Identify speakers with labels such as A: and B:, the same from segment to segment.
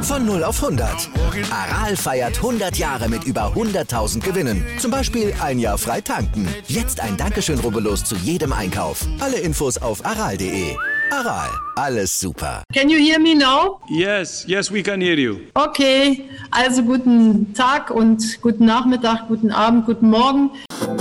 A: Von 0 auf 100. Aral feiert 100 Jahre mit über 100.000 Gewinnen. Zum Beispiel ein Jahr frei tanken. Jetzt ein Dankeschön, rubbellos zu jedem Einkauf. Alle Infos auf aral.de. Aral, alles super.
B: Can you hear me now?
C: Yes, we can hear you.
B: Okay, also guten Tag und guten Nachmittag, guten Abend, guten Morgen.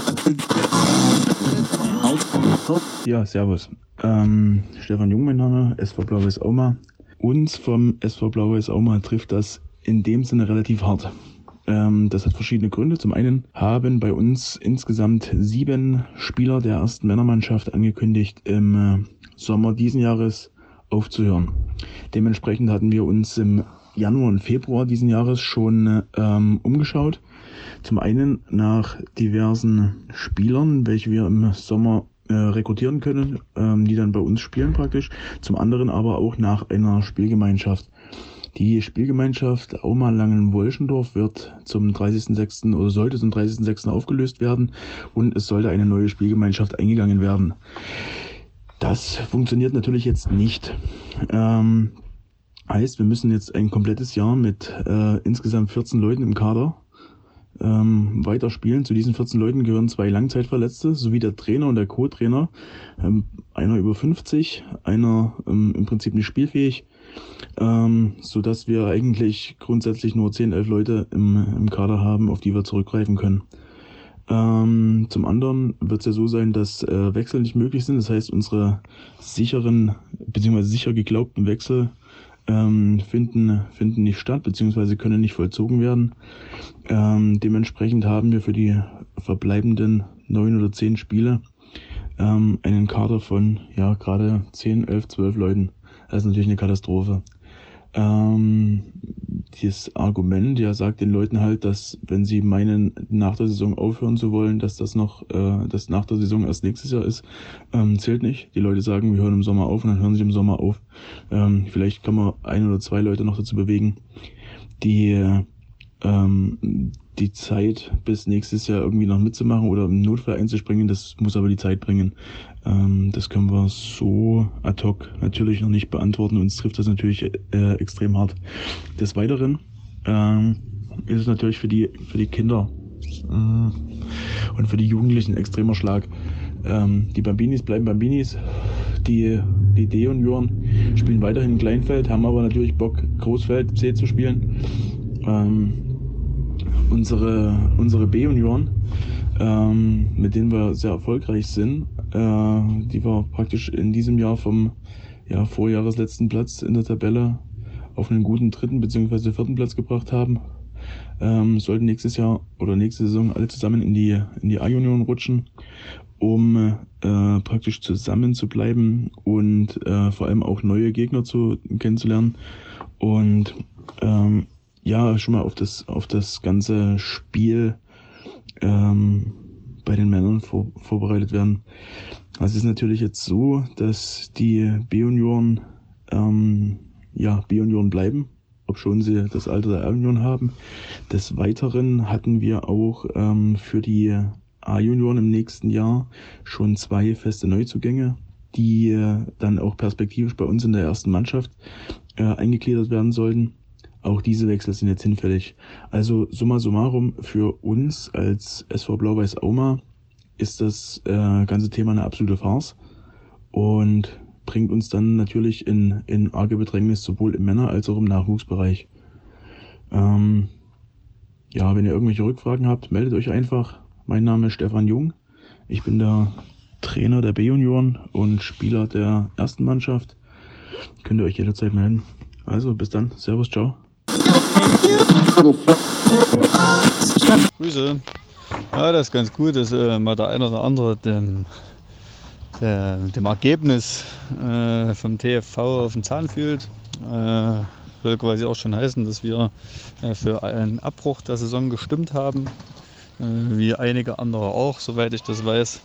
D: Ja, servus. Stefan Jung, mein Name, SV Blau-Weiß Auma. Uns vom SV Blau-Weiß Auma trifft das in dem Sinne relativ hart. Das hat verschiedene Gründe. Zum einen haben bei uns insgesamt 7 Spieler der ersten Männermannschaft angekündigt, im Sommer diesen Jahres aufzuhören. Dementsprechend hatten wir uns im Januar und Februar diesen Jahres schon umgeschaut. Zum einen nach diversen Spielern, welche wir im Sommer rekrutieren können, die dann bei uns spielen praktisch. Zum anderen aber auch nach einer Spielgemeinschaft. Die Spielgemeinschaft Auma Langen-Wolschendorf wird zum 30.06. oder sollte zum 30.06. aufgelöst werden und es sollte eine neue Spielgemeinschaft eingegangen werden. Das funktioniert natürlich jetzt nicht. Heißt, wir müssen jetzt ein komplettes Jahr mit insgesamt 14 Leuten im Kader weiter spielen. Zu diesen 14 Leuten gehören 2 Langzeitverletzte sowie der Trainer und der Co-Trainer. Einer über 50, einer im Prinzip nicht spielfähig, sodass wir eigentlich grundsätzlich nur 10, 11 Leute im Kader haben, auf die wir zurückgreifen können. Zum anderen wird es ja so sein, dass Wechsel nicht möglich sind. Das heißt, unsere sicheren bzw. sicher geglaubten Wechsel finden nicht statt bzw. können nicht vollzogen werden. Dementsprechend haben wir für die verbleibenden 9 oder 10 Spiele einen Kader von gerade 10, 11, 12 Leuten. Das ist natürlich eine Katastrophe. Das Argument sagt den Leuten halt, dass wenn sie meinen, nach der Saison aufhören zu wollen, dass das nach der Saison erst nächstes Jahr ist, zählt nicht. Die Leute sagen, wir hören im Sommer auf und dann hören sie im Sommer auf. Vielleicht kann man 1 oder 2 Leute noch dazu bewegen, die Zeit bis nächstes Jahr irgendwie noch mitzumachen oder im Notfall einzuspringen. Das muss aber die Zeit bringen. Das können wir so ad hoc natürlich noch nicht beantworten. Uns trifft das natürlich extrem hart. Des Weiteren ist es natürlich für die Kinder und für die Jugendlichen ein extremer Schlag. Die Bambinis bleiben Bambinis. Die D-Junioren spielen weiterhin in Kleinfeld, haben aber natürlich Bock, Großfeld C zu spielen. Unsere B-Junioren, mit denen wir sehr erfolgreich sind, die wir praktisch in diesem Jahr vom vorjahresletzten Platz in der Tabelle auf einen guten 3. bzw. 4. Platz gebracht haben, sollten nächstes Jahr oder nächste Saison alle zusammen in die A-Junioren rutschen, um praktisch zusammen zu bleiben und vor allem auch neue Gegner kennenzulernen und schon mal auf das ganze Spiel bei den Männern vorbereitet werden. Also es ist natürlich jetzt so, dass die B-Junioren B-Junioren bleiben, obschon sie das Alter der A-Junioren haben. Des Weiteren hatten wir auch für die A-Junioren im nächsten Jahr schon 2 feste Neuzugänge, die dann auch perspektivisch bei uns in der ersten Mannschaft eingegliedert werden sollten. Auch diese Wechsel sind jetzt hinfällig. Also summa summarum, für uns als SV Blau-Weiß Auma ist das ganze Thema eine absolute Farce und bringt uns dann natürlich in arge Bedrängnis, sowohl im Männer- als auch im Nachwuchsbereich. Wenn ihr irgendwelche Rückfragen habt, meldet euch einfach. Mein Name ist Stefan Jung. Ich bin der Trainer der B-Junioren und Spieler der ersten Mannschaft. Könnt ihr euch jederzeit melden. Also bis dann. Servus, ciao.
E: Grüße. Ja, das ist ganz gut, dass mal der eine oder andere dem Ergebnis vom TFV auf den Zahn fühlt. Soll quasi auch schon heißen, dass wir für einen Abbruch der Saison gestimmt haben, wie einige andere auch, soweit ich das weiß.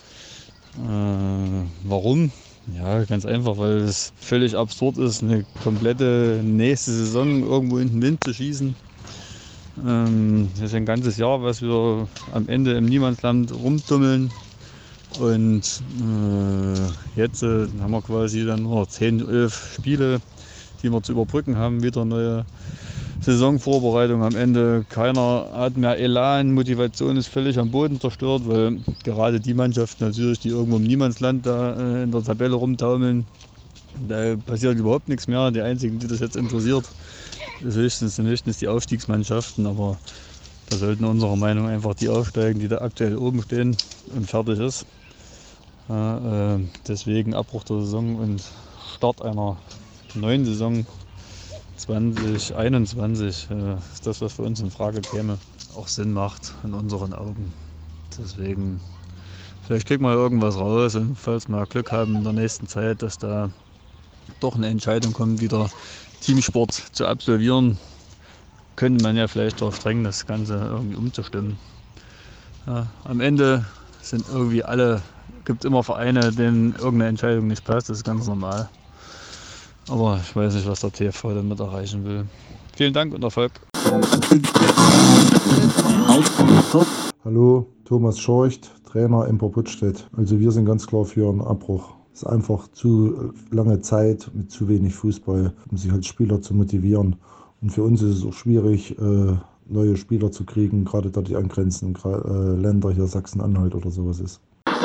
E: Warum? Ja, ganz einfach, weil es völlig absurd ist, eine komplette nächste Saison irgendwo in den Wind zu schießen. Das ist ein ganzes Jahr, was wir am Ende im Niemandsland rumtummeln. Und jetzt haben wir quasi dann nur 10, 11 Spiele die wir zu überbrücken haben. Wieder neue Saisonvorbereitung am Ende. Keiner hat mehr Elan, Motivation ist völlig am Boden zerstört, weil gerade die Mannschaften natürlich, die irgendwo im Niemandsland da in der Tabelle rumtaumeln, da passiert überhaupt nichts mehr. Die einzigen, die das jetzt interessiert, sind höchstens die Aufstiegsmannschaften, aber da sollten unserer Meinung nach einfach die aufsteigen, die da aktuell oben stehen und fertig ist. Deswegen Abbruch der Saison und Start einer neuen Saison 2021 ist das, was für uns in Frage käme, auch Sinn macht in unseren Augen. Deswegen, vielleicht kriegen wir irgendwas raus und falls wir Glück haben in der nächsten Zeit, dass da doch eine Entscheidung kommt, wieder Teamsport zu absolvieren, könnte man ja vielleicht darauf drängen, das Ganze irgendwie umzustimmen. Ja, am Ende sind irgendwie gibt immer Vereine, denen irgendeine Entscheidung nicht passt, das ist ganz normal. Aber ich weiß nicht, was der TFV damit erreichen will. Vielen Dank und Erfolg.
F: Hallo, Thomas Schorcht, Trainer in Puttstedt. Also wir sind ganz klar für einen Abbruch. Es ist einfach zu lange Zeit mit zu wenig Fußball, um sich als Spieler zu motivieren. Und für uns ist es auch schwierig, neue Spieler zu kriegen, gerade da die angrenzenden Länder, hier Sachsen-Anhalt oder sowas ist.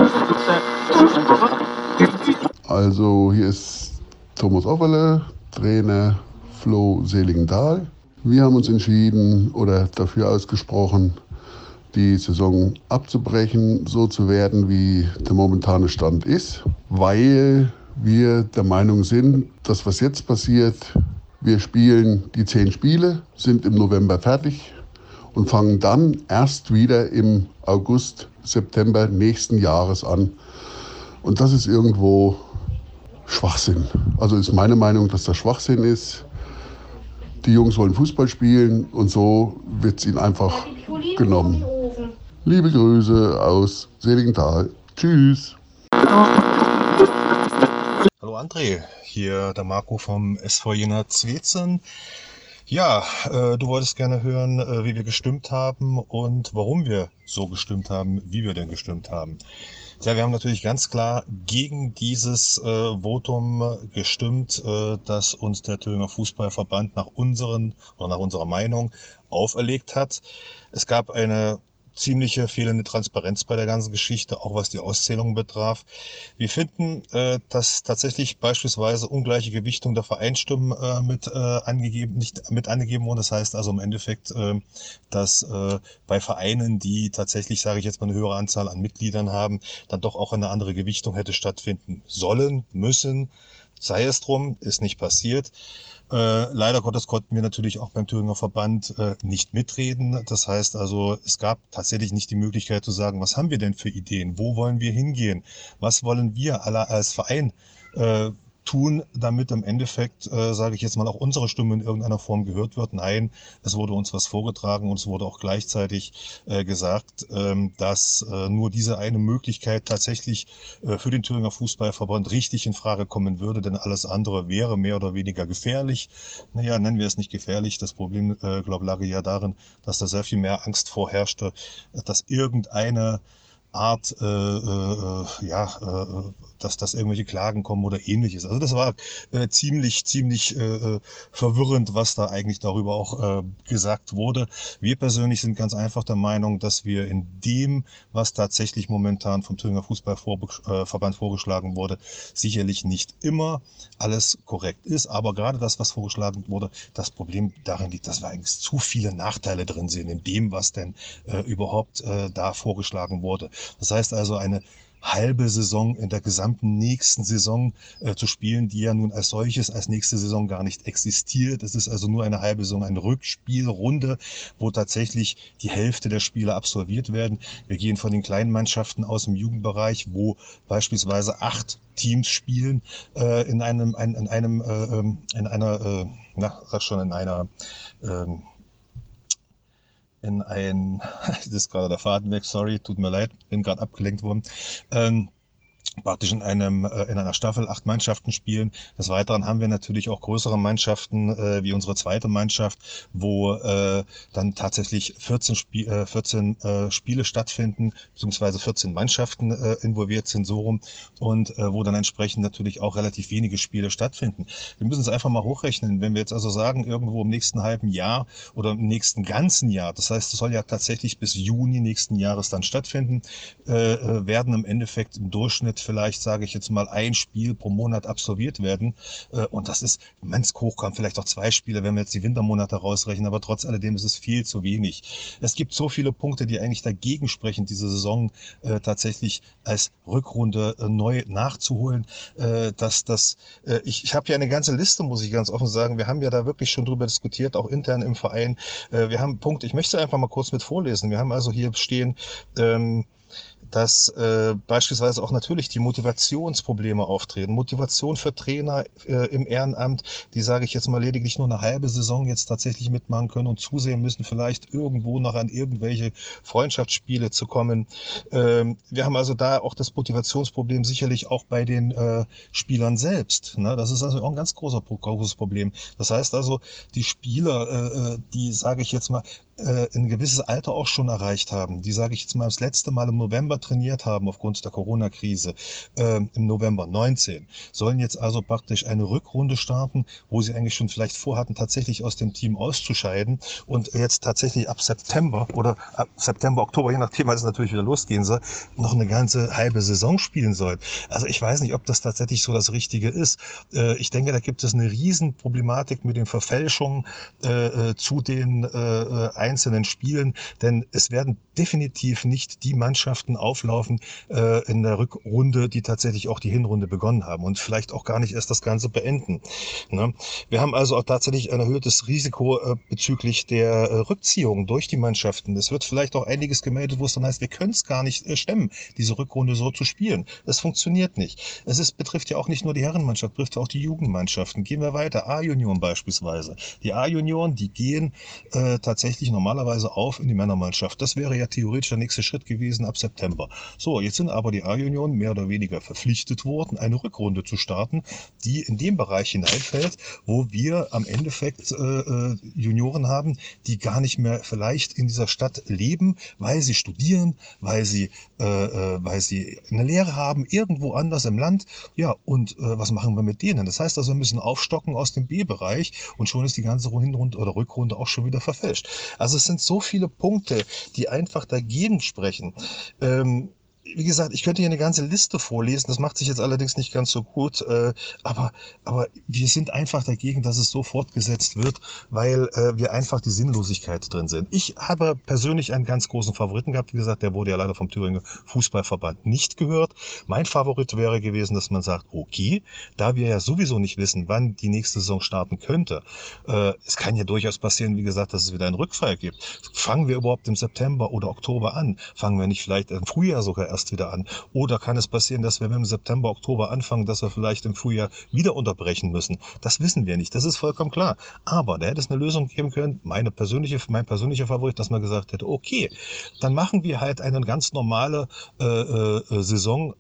G: Also hier ist Thomas Offerle, Trainer Flo Seligenthal. Wir haben uns entschieden oder dafür ausgesprochen, die Saison abzubrechen, so zu werden, wie der momentane Stand ist, weil wir der Meinung sind, dass was jetzt passiert, wir spielen die 10 Spiele, sind im November fertig und fangen dann erst wieder im August, September nächsten Jahres an. Und das ist irgendwo Schwachsinn. Also ist meine Meinung, dass das Schwachsinn ist. Die Jungs wollen Fußball spielen und so wird es ihnen einfach genommen. Liebe Grüße aus Seligenthal. Tschüss.
H: Hallo André, hier der Marco vom SV Jena Zwetzen. Ja, du wolltest gerne hören, wie wir gestimmt haben und warum wir so gestimmt haben, wie wir denn gestimmt haben. Ja, wir haben natürlich ganz klar gegen dieses Votum gestimmt, das uns der Thüringer Fußballverband nach unserer Meinung auferlegt hat. Es gab eine ziemliche fehlende Transparenz bei der ganzen Geschichte, auch was die Auszählung betraf. Wir finden, dass tatsächlich beispielsweise ungleiche Gewichtung der Vereinsstimmen nicht mit angegeben wurde. Das heißt also im Endeffekt, dass bei Vereinen, die tatsächlich, sage ich jetzt mal, eine höhere Anzahl an Mitgliedern haben, dann doch auch eine andere Gewichtung hätte stattfinden sollen, müssen. Sei es drum, ist nicht passiert. Leider Gottes konnten wir natürlich auch beim Thüringer Verband nicht mitreden. Das heißt also, es gab tatsächlich nicht die Möglichkeit zu sagen, was haben wir denn für Ideen? Wo wollen wir hingehen? Was wollen wir alle als Verein tun, damit im Endeffekt, sage ich jetzt mal, auch unsere Stimme in irgendeiner Form gehört wird? Nein, es wurde uns was vorgetragen und es wurde auch gleichzeitig gesagt, dass nur diese eine Möglichkeit tatsächlich für den Thüringer Fußballverband richtig in Frage kommen würde, denn alles andere wäre mehr oder weniger gefährlich. Naja, nennen wir es nicht gefährlich. Das Problem, glaube ich, lag ja darin, dass da sehr viel mehr Angst vorherrschte, dass irgendeine Art, dass irgendwelche Klagen kommen oder ähnliches. Also das war ziemlich verwirrend, was da eigentlich darüber auch gesagt wurde. Wir persönlich sind ganz einfach der Meinung, dass wir in dem, was tatsächlich momentan vom Thüringer Fußballverband vorgeschlagen wurde, sicherlich nicht immer alles korrekt ist. Aber gerade das, was vorgeschlagen wurde, das Problem darin liegt, dass wir eigentlich zu viele Nachteile drin sehen in dem, was denn überhaupt da vorgeschlagen wurde. Das heißt also, eine halbe Saison in der gesamten nächsten Saison zu spielen, die ja nun als solches als nächste Saison gar nicht existiert. Es ist also nur eine halbe Saison, eine Rückspielrunde, wo tatsächlich die Hälfte der Spiele absolviert werden. Wir gehen von den kleinen Mannschaften aus dem Jugendbereich, wo beispielsweise 8 Teams spielen in das ist gerade der Faden weg, sorry, tut mir leid, bin gerade abgelenkt worden. praktisch in einer Staffel 8 Mannschaften spielen. Des Weiteren haben wir natürlich auch größere Mannschaften, wie unsere zweite Mannschaft, wo dann tatsächlich 14 Spiele stattfinden, beziehungsweise 14 Mannschaften involviert sind, so rum, und wo dann entsprechend natürlich auch relativ wenige Spiele stattfinden. Wir müssen es einfach mal hochrechnen. Wenn wir jetzt also sagen, irgendwo im nächsten halben Jahr oder im nächsten ganzen Jahr, das heißt, es soll ja tatsächlich bis Juni nächsten Jahres dann stattfinden, werden im Endeffekt im Durchschnitt vielleicht, sage ich jetzt mal, ein Spiel pro Monat absolviert werden. Und das ist, wenn es hochkommt, vielleicht auch 2 Spiele, wenn wir jetzt die Wintermonate rausrechnen, aber trotz alledem ist es viel zu wenig. Es gibt so viele Punkte, die eigentlich dagegen sprechen, diese Saison tatsächlich als Rückrunde neu nachzuholen. Ich habe ja eine ganze Liste, muss ich ganz offen sagen. Wir haben ja da wirklich schon drüber diskutiert, auch intern im Verein. Wir haben Punkte, ich möchte einfach mal kurz mit vorlesen. Wir haben also hier stehen, dass beispielsweise auch natürlich die Motivationsprobleme auftreten. Motivation für Trainer im Ehrenamt, die, sage ich jetzt mal, lediglich nur eine halbe Saison jetzt tatsächlich mitmachen können und zusehen müssen, vielleicht irgendwo noch an irgendwelche Freundschaftsspiele zu kommen. Wir haben also da auch das Motivationsproblem sicherlich auch bei den Spielern selbst. Ne? Das ist also auch ein ganz großes Problem. Das heißt also, die Spieler, die, sage ich jetzt mal, ein gewisses Alter auch schon erreicht haben, die, sage ich jetzt mal, das letzte Mal im November trainiert haben aufgrund der Corona-Krise, im November 19, sollen jetzt also praktisch eine Rückrunde starten, wo sie eigentlich schon vielleicht vorhatten, tatsächlich aus dem Team auszuscheiden und jetzt tatsächlich ab September oder ab September, Oktober, je nachdem, als es natürlich wieder losgehen soll, noch eine ganze halbe Saison spielen sollen. Also ich weiß nicht, ob das tatsächlich so das Richtige ist. Ich denke, da gibt es eine Riesen-Problematik mit den Verfälschungen zu den einzelnen Spielen, denn es werden definitiv nicht die Mannschaften auflaufen in der Rückrunde, die tatsächlich auch die Hinrunde begonnen haben und vielleicht auch gar nicht erst das Ganze beenden. Ne? Wir haben also auch tatsächlich ein erhöhtes Risiko bezüglich der Rückziehung durch die Mannschaften. Es wird vielleicht auch einiges gemeldet, wo es dann heißt, wir können es gar nicht stemmen, diese Rückrunde so zu spielen. Es funktioniert nicht. Betrifft ja auch nicht nur die Herrenmannschaft, betrifft auch die Jugendmannschaften. Gehen wir weiter, A-Junioren beispielsweise. Die A-Junioren, die gehen tatsächlich normalerweise auf in die Männermannschaft. Das wäre ja theoretisch der nächste Schritt gewesen ab September. So, jetzt sind aber die A-Junioren mehr oder weniger verpflichtet worden, eine Rückrunde zu starten, die in dem Bereich hineinfällt, wo wir am Endeffekt Junioren haben, die gar nicht mehr vielleicht in dieser Stadt leben, weil sie studieren, weil sie eine Lehre haben, irgendwo anders im Land. Ja, und was machen wir mit denen? Das heißt also, wir müssen aufstocken aus dem B-Bereich und schon ist die ganze Hinrunde oder Rückrunde auch schon wieder verfälscht. Also es sind so viele Punkte, die einfach dagegen sprechen. Wie gesagt, ich könnte hier eine ganze Liste vorlesen, das macht sich jetzt allerdings nicht ganz so gut, aber wir sind einfach dagegen, dass es so fortgesetzt wird, weil wir einfach die Sinnlosigkeit drin sind. Ich habe persönlich einen ganz großen Favoriten gehabt, wie gesagt, der wurde ja leider vom Thüringer Fußballverband nicht gehört. Mein Favorit wäre gewesen, dass man sagt, okay, da wir ja sowieso nicht wissen, wann die nächste Saison starten könnte, es kann ja durchaus passieren, wie gesagt, dass es wieder einen Rückfall gibt. Fangen wir überhaupt im September oder Oktober an? Fangen wir nicht vielleicht im Frühjahr sogar erst wieder an? Oder kann es passieren, dass wir im September, Oktober anfangen, dass wir vielleicht im Frühjahr wieder unterbrechen müssen? Das wissen wir nicht, das ist vollkommen klar. Aber da hätte es eine Lösung geben können, mein persönlicher Favorit, dass man gesagt hätte, okay, dann machen wir halt eine ganz normale Saison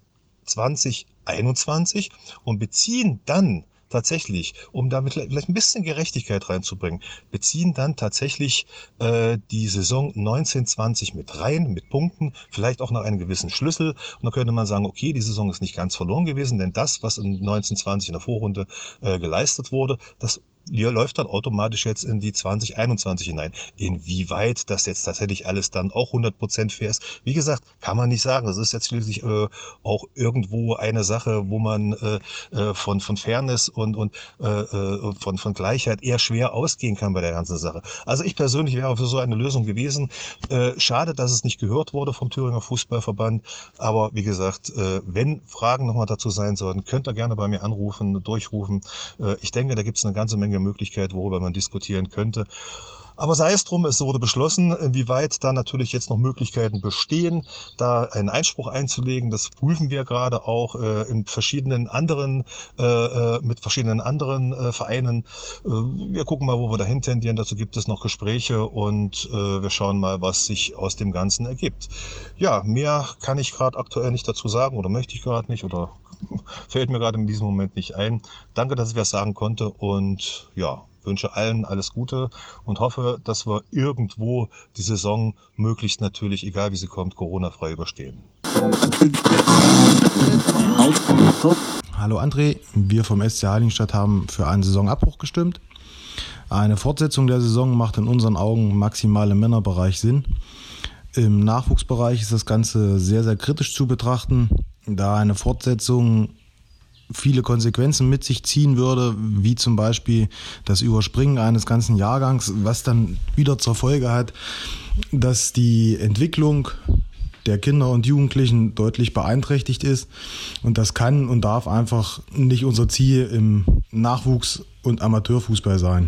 H: 2021 und beziehen dann tatsächlich, um damit vielleicht ein bisschen Gerechtigkeit reinzubringen, beziehen dann tatsächlich die Saison 1920 mit rein, mit Punkten, vielleicht auch nach einem gewissen Schlüssel. Und dann könnte man sagen, okay, die Saison ist nicht ganz verloren gewesen, denn das, was in 1920 in der Vorrunde geleistet wurde, das läuft dann automatisch jetzt in die 2021 hinein. Inwieweit das jetzt tatsächlich alles dann auch 100% fair ist, wie gesagt, kann man nicht sagen. Das ist jetzt schließlich auch irgendwo eine Sache, wo man von Fairness und von Gleichheit eher schwer ausgehen kann bei der ganzen Sache. Also ich persönlich wäre für so eine Lösung gewesen. Schade, dass es nicht gehört wurde vom Thüringer Fußballverband. Aber wie gesagt, wenn Fragen nochmal dazu sein sollten, könnt ihr gerne bei mir anrufen, durchrufen. Ich denke, da gibt es eine ganze Menge Möglichkeiten, worüber man diskutieren könnte. Aber sei es drum, es wurde beschlossen, inwieweit da natürlich jetzt noch Möglichkeiten bestehen, da einen Einspruch einzulegen. Das prüfen wir gerade auch in verschiedenen anderen, mit verschiedenen anderen Vereinen. Wir gucken mal, wo wir dahin tendieren. Dazu gibt es noch Gespräche und wir schauen mal, was sich aus dem Ganzen ergibt. Ja, mehr kann ich gerade aktuell nicht dazu sagen oder möchte ich gerade nicht oder fällt mir gerade in diesem Moment nicht ein. Danke, dass ich was sagen konnte und ja, wünsche allen alles Gute und hoffe, dass wir irgendwo die Saison möglichst natürlich, egal wie sie kommt, Corona-frei überstehen.
I: Hallo André, wir vom SC Heiligenstadt haben für einen Saisonabbruch gestimmt. Eine Fortsetzung der Saison macht in unseren Augen maximal im Männerbereich Sinn. Im Nachwuchsbereich ist das Ganze sehr, sehr kritisch zu betrachten, da eine Fortsetzung viele Konsequenzen mit sich ziehen würde, wie zum Beispiel das Überspringen eines ganzen Jahrgangs, was dann wieder zur Folge hat, dass die Entwicklung der Kinder und Jugendlichen deutlich beeinträchtigt ist. Und das kann und darf einfach nicht unser Ziel im Nachwuchs- und Amateurfußball sein.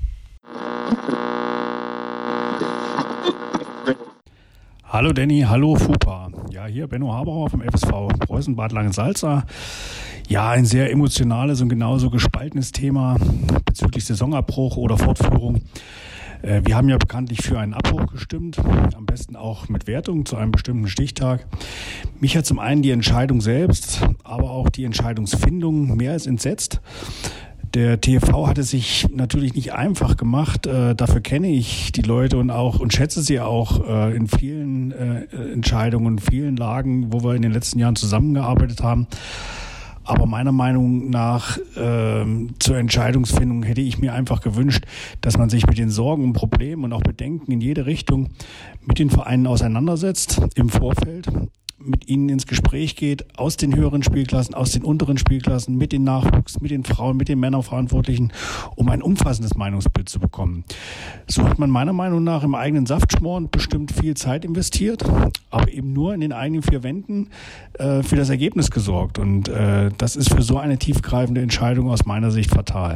J: Hallo Danny, hallo Fupa. Ja, hier Benno Haberer vom FSV Preußen Bad Langensalza. Ja, ein sehr emotionales und genauso gespaltenes Thema bezüglich Saisonabbruch oder Fortführung. Wir haben ja bekanntlich für einen Abbruch gestimmt, am besten auch mit Wertung zu einem bestimmten Stichtag. Mich hat zum einen die Entscheidung selbst, aber auch die Entscheidungsfindung mehr als entsetzt. Der TFV hat es sich natürlich nicht einfach gemacht. Dafür kenne ich die Leute und schätze sie auch in vielen Entscheidungen, in vielen Lagen, wo wir in den letzten Jahren zusammengearbeitet haben. Aber meiner Meinung nach zur Entscheidungsfindung hätte ich mir einfach gewünscht, dass man sich mit den Sorgen und Problemen und auch Bedenken in jede Richtung mit den Vereinen auseinandersetzt im Vorfeld, mit ihnen ins Gespräch geht, aus den höheren Spielklassen, aus den unteren Spielklassen, mit den Nachwuchs, mit den Frauen, mit den Männerverantwortlichen, um ein umfassendes Meinungsbild zu bekommen. So hat man meiner Meinung nach im eigenen Saftschmoren bestimmt viel Zeit investiert, aber eben nur in den eigenen vier Wänden für das Ergebnis gesorgt. Und das ist für so eine tiefgreifende Entscheidung aus meiner Sicht fatal.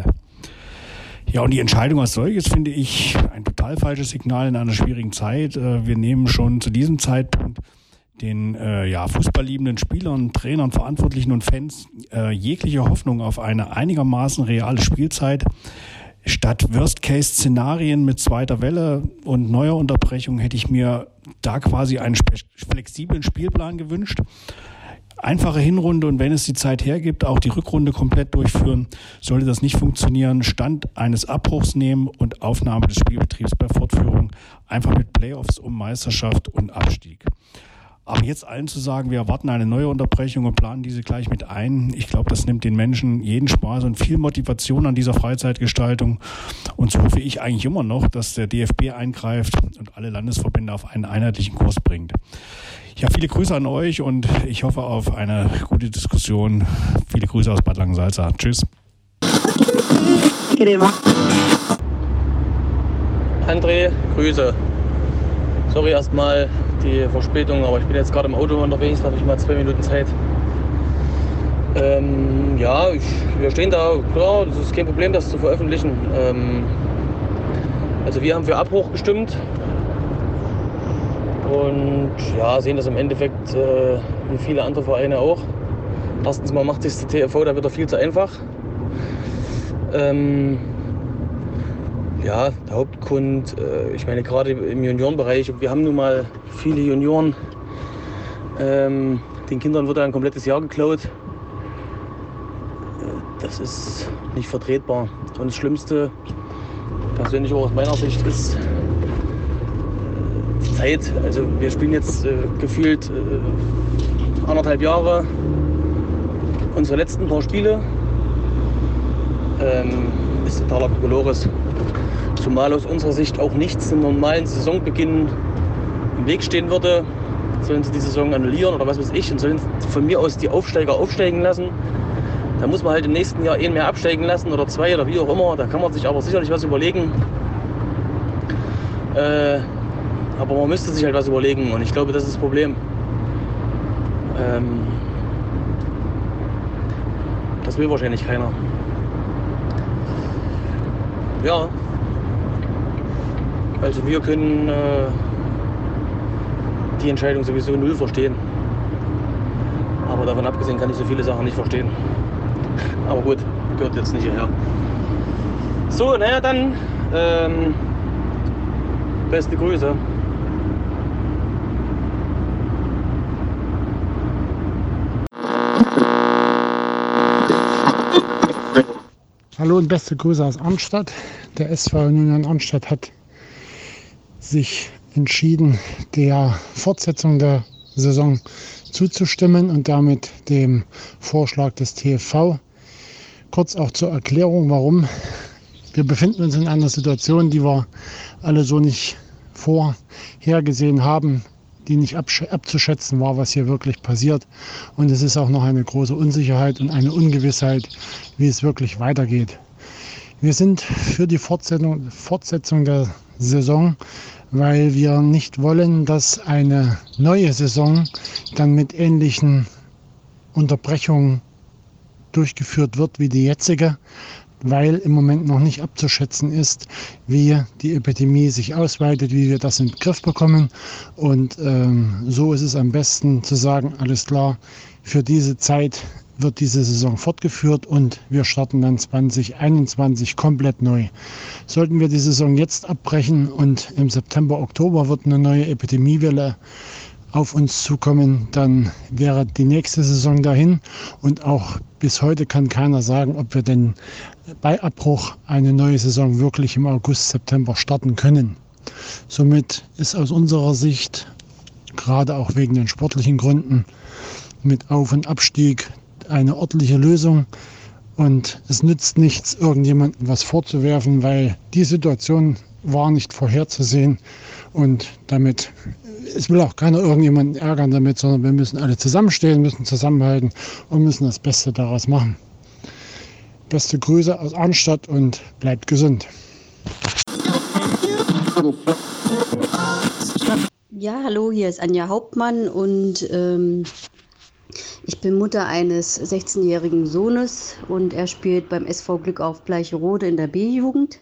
J: Ja, und die Entscheidung als solches finde ich ein total falsches Signal in einer schwierigen Zeit. Wir nehmen schon zu diesem Zeitpunkt den fußballliebenden Spielern, Trainern, Verantwortlichen und Fans jegliche Hoffnung auf eine einigermaßen reale Spielzeit. Statt Worst-Case-Szenarien mit zweiter Welle und neuer Unterbrechung hätte ich mir da quasi einen flexiblen Spielplan gewünscht. Einfache Hinrunde und wenn es die Zeit hergibt, auch die Rückrunde komplett durchführen. Sollte das nicht funktionieren, Stand eines Abbruchs nehmen und Aufnahme des Spielbetriebs bei Fortführung. Einfach mit Playoffs um Meisterschaft und Abstieg. Aber jetzt allen zu sagen, wir erwarten eine neue Unterbrechung und planen diese gleich mit ein, ich glaube, das nimmt den Menschen jeden Spaß und viel Motivation an dieser Freizeitgestaltung. Und so hoffe ich eigentlich immer noch, dass der DFB eingreift und alle Landesverbände auf einen einheitlichen Kurs bringt. Ja, viele Grüße an euch und ich hoffe auf eine gute Diskussion. Viele Grüße aus Bad Langensalza. Tschüss.
K: André, Grüße. Sorry erstmal die Verspätung, aber ich bin jetzt gerade im Auto unterwegs, da habe ich mal 2 Minuten Zeit. Wir stehen da, klar, das ist kein Problem, das zu veröffentlichen. Also wir haben für Abbruch gestimmt und ja, sehen das im Endeffekt wie viele andere Vereine auch. Erstens mal macht sich der TFV da wieder viel zu einfach. Der Hauptgrund, ich meine gerade im Juniorenbereich, wir haben nun mal viele Junioren, den Kindern wird ein komplettes Jahr geklaut. Das ist nicht vertretbar. Und das Schlimmste, persönlich auch aus meiner Sicht, ist die Zeit. Also wir spielen jetzt gefühlt 1,5 Jahre unsere letzten paar Spiele. Ist totaler Kokolores. Zumal aus unserer Sicht auch nichts im normalen Saisonbeginn im Weg stehen würde. Sollen sie die Saison annullieren oder was weiß ich und sollen von mir aus die Aufsteiger aufsteigen lassen. Da muss man halt im nächsten Jahr einen mehr absteigen lassen oder 2 oder wie auch immer. Da kann man sich aber sicherlich was überlegen. Aber man müsste sich halt was überlegen und ich glaube, das ist das Problem. Das will wahrscheinlich keiner. Ja. Also wir können die Entscheidung sowieso null verstehen. Aber davon abgesehen kann ich so viele Sachen nicht verstehen. Aber gut, gehört jetzt nicht hierher. So, naja, dann beste Grüße.
L: Hallo und beste Grüße aus Arnstadt. Der SV Union Arnstadt hat sich entschieden, der Fortsetzung der Saison zuzustimmen und damit dem Vorschlag des TFV. Kurz auch zur Erklärung, warum. Wir befinden uns in einer Situation, die wir alle so nicht vorhergesehen haben, die nicht abzuschätzen war, was hier wirklich passiert. Und es ist auch noch eine große Unsicherheit und eine Ungewissheit, wie es wirklich weitergeht. Wir sind für die Fortsetzung der Saison, weil wir nicht wollen, dass eine neue Saison dann mit ähnlichen Unterbrechungen durchgeführt wird wie die jetzige, weil im Moment noch nicht abzuschätzen ist, wie die Epidemie sich ausweitet, wie wir das in den Griff bekommen. Und so ist es am besten zu sagen, alles klar, für diese Zeit wird diese Saison fortgeführt und wir starten dann 2021 komplett neu. Sollten wir die Saison jetzt abbrechen und im September, Oktober wird eine neue Epidemiewelle auf uns zukommen, dann wäre die nächste Saison dahin und auch bis heute kann keiner sagen, ob wir denn bei Abbruch eine neue Saison wirklich im August, September starten können. Somit ist aus unserer Sicht, gerade auch wegen den sportlichen Gründen, mit Auf- und Abstieg eine ordentliche Lösung und es nützt nichts, irgendjemandem was vorzuwerfen, weil die Situation war nicht vorherzusehen und damit, es will auch keiner irgendjemanden ärgern damit, sondern wir müssen alle zusammenstehen, müssen zusammenhalten und müssen das Beste daraus machen. Beste Grüße aus Arnstadt und bleibt gesund.
M: Ja, hallo, hier ist Anja Hauptmann und ich bin Mutter eines 16-jährigen Sohnes und er spielt beim SV Glück auf Bleicherode in der B-Jugend.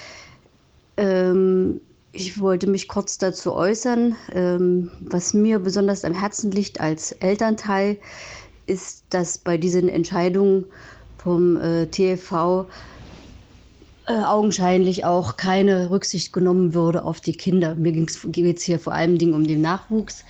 M: Ich wollte mich kurz dazu äußern. Was mir besonders am Herzen liegt als Elternteil, ist, dass bei diesen Entscheidungen vom TFV augenscheinlich auch keine Rücksicht genommen würde auf die Kinder. Mir geht es hier vor allem um den Nachwuchs.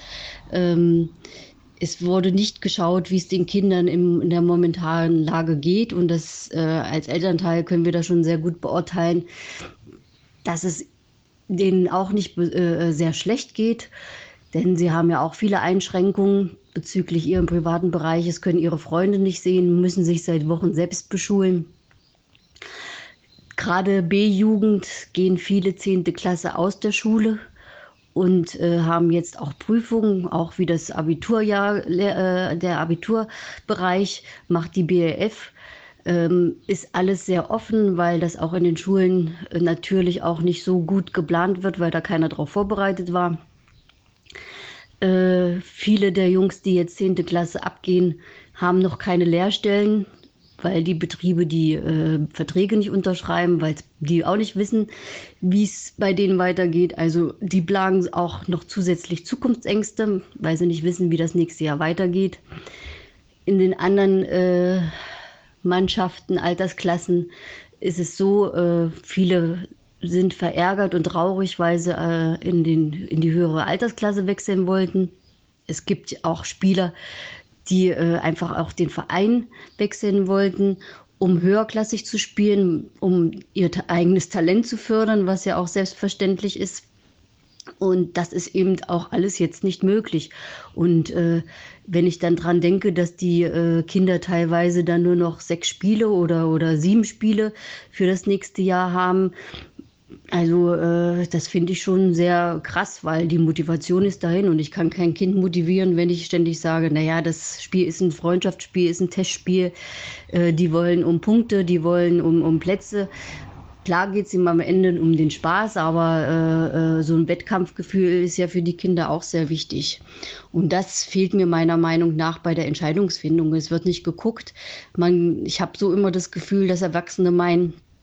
M: Es wurde nicht geschaut, wie es den Kindern in der momentanen Lage geht. Und das als Elternteil können wir da schon sehr gut beurteilen, dass es denen auch nicht sehr schlecht geht. Denn sie haben ja auch viele Einschränkungen bezüglich ihrem privaten Bereich. Es können ihre Freunde nicht sehen, müssen sich seit Wochen selbst beschulen. Gerade B-Jugend gehen viele 10. Klasse aus der Schule und haben jetzt auch Prüfungen, auch wie das Abiturjahr, der Abiturbereich macht die BLF. Ist alles sehr offen, weil das auch in den Schulen natürlich auch nicht so gut geplant wird, weil da keiner darauf vorbereitet war. Viele der Jungs, die jetzt 10. Klasse abgehen, haben noch keine Lehrstellen, weil die Betriebe die Verträge nicht unterschreiben, weil die auch nicht wissen, wie es bei denen weitergeht. Also die plagen auch noch zusätzlich Zukunftsängste, weil sie nicht wissen, wie das nächste Jahr weitergeht. In den anderen Mannschaften, Altersklassen ist es so, viele sind verärgert und traurig, weil sie in die höhere Altersklasse wechseln wollten. Es gibt auch Spieler, die einfach auch den Verein wechseln wollten, um höherklassig zu spielen, um ihr eigenes Talent zu fördern, was ja auch selbstverständlich ist. Und das ist eben auch alles jetzt nicht möglich. Und wenn ich dann dran denke, dass die Kinder teilweise dann nur noch 6 Spiele oder 7 Spiele für das nächste Jahr haben, also das finde ich schon sehr krass, weil die Motivation ist dahin und ich kann kein Kind motivieren, wenn ich ständig sage, naja, das Spiel ist ein Freundschaftsspiel, ist ein Testspiel, die wollen um Punkte, die wollen um Plätze. Klar geht es ihm am Ende um den Spaß, aber so ein Wettkampfgefühl ist ja für die Kinder auch sehr wichtig. Und das fehlt mir meiner Meinung nach bei der Entscheidungsfindung. Es wird nicht geguckt. Ich habe so immer das Gefühl, dass Erwachsene meinen,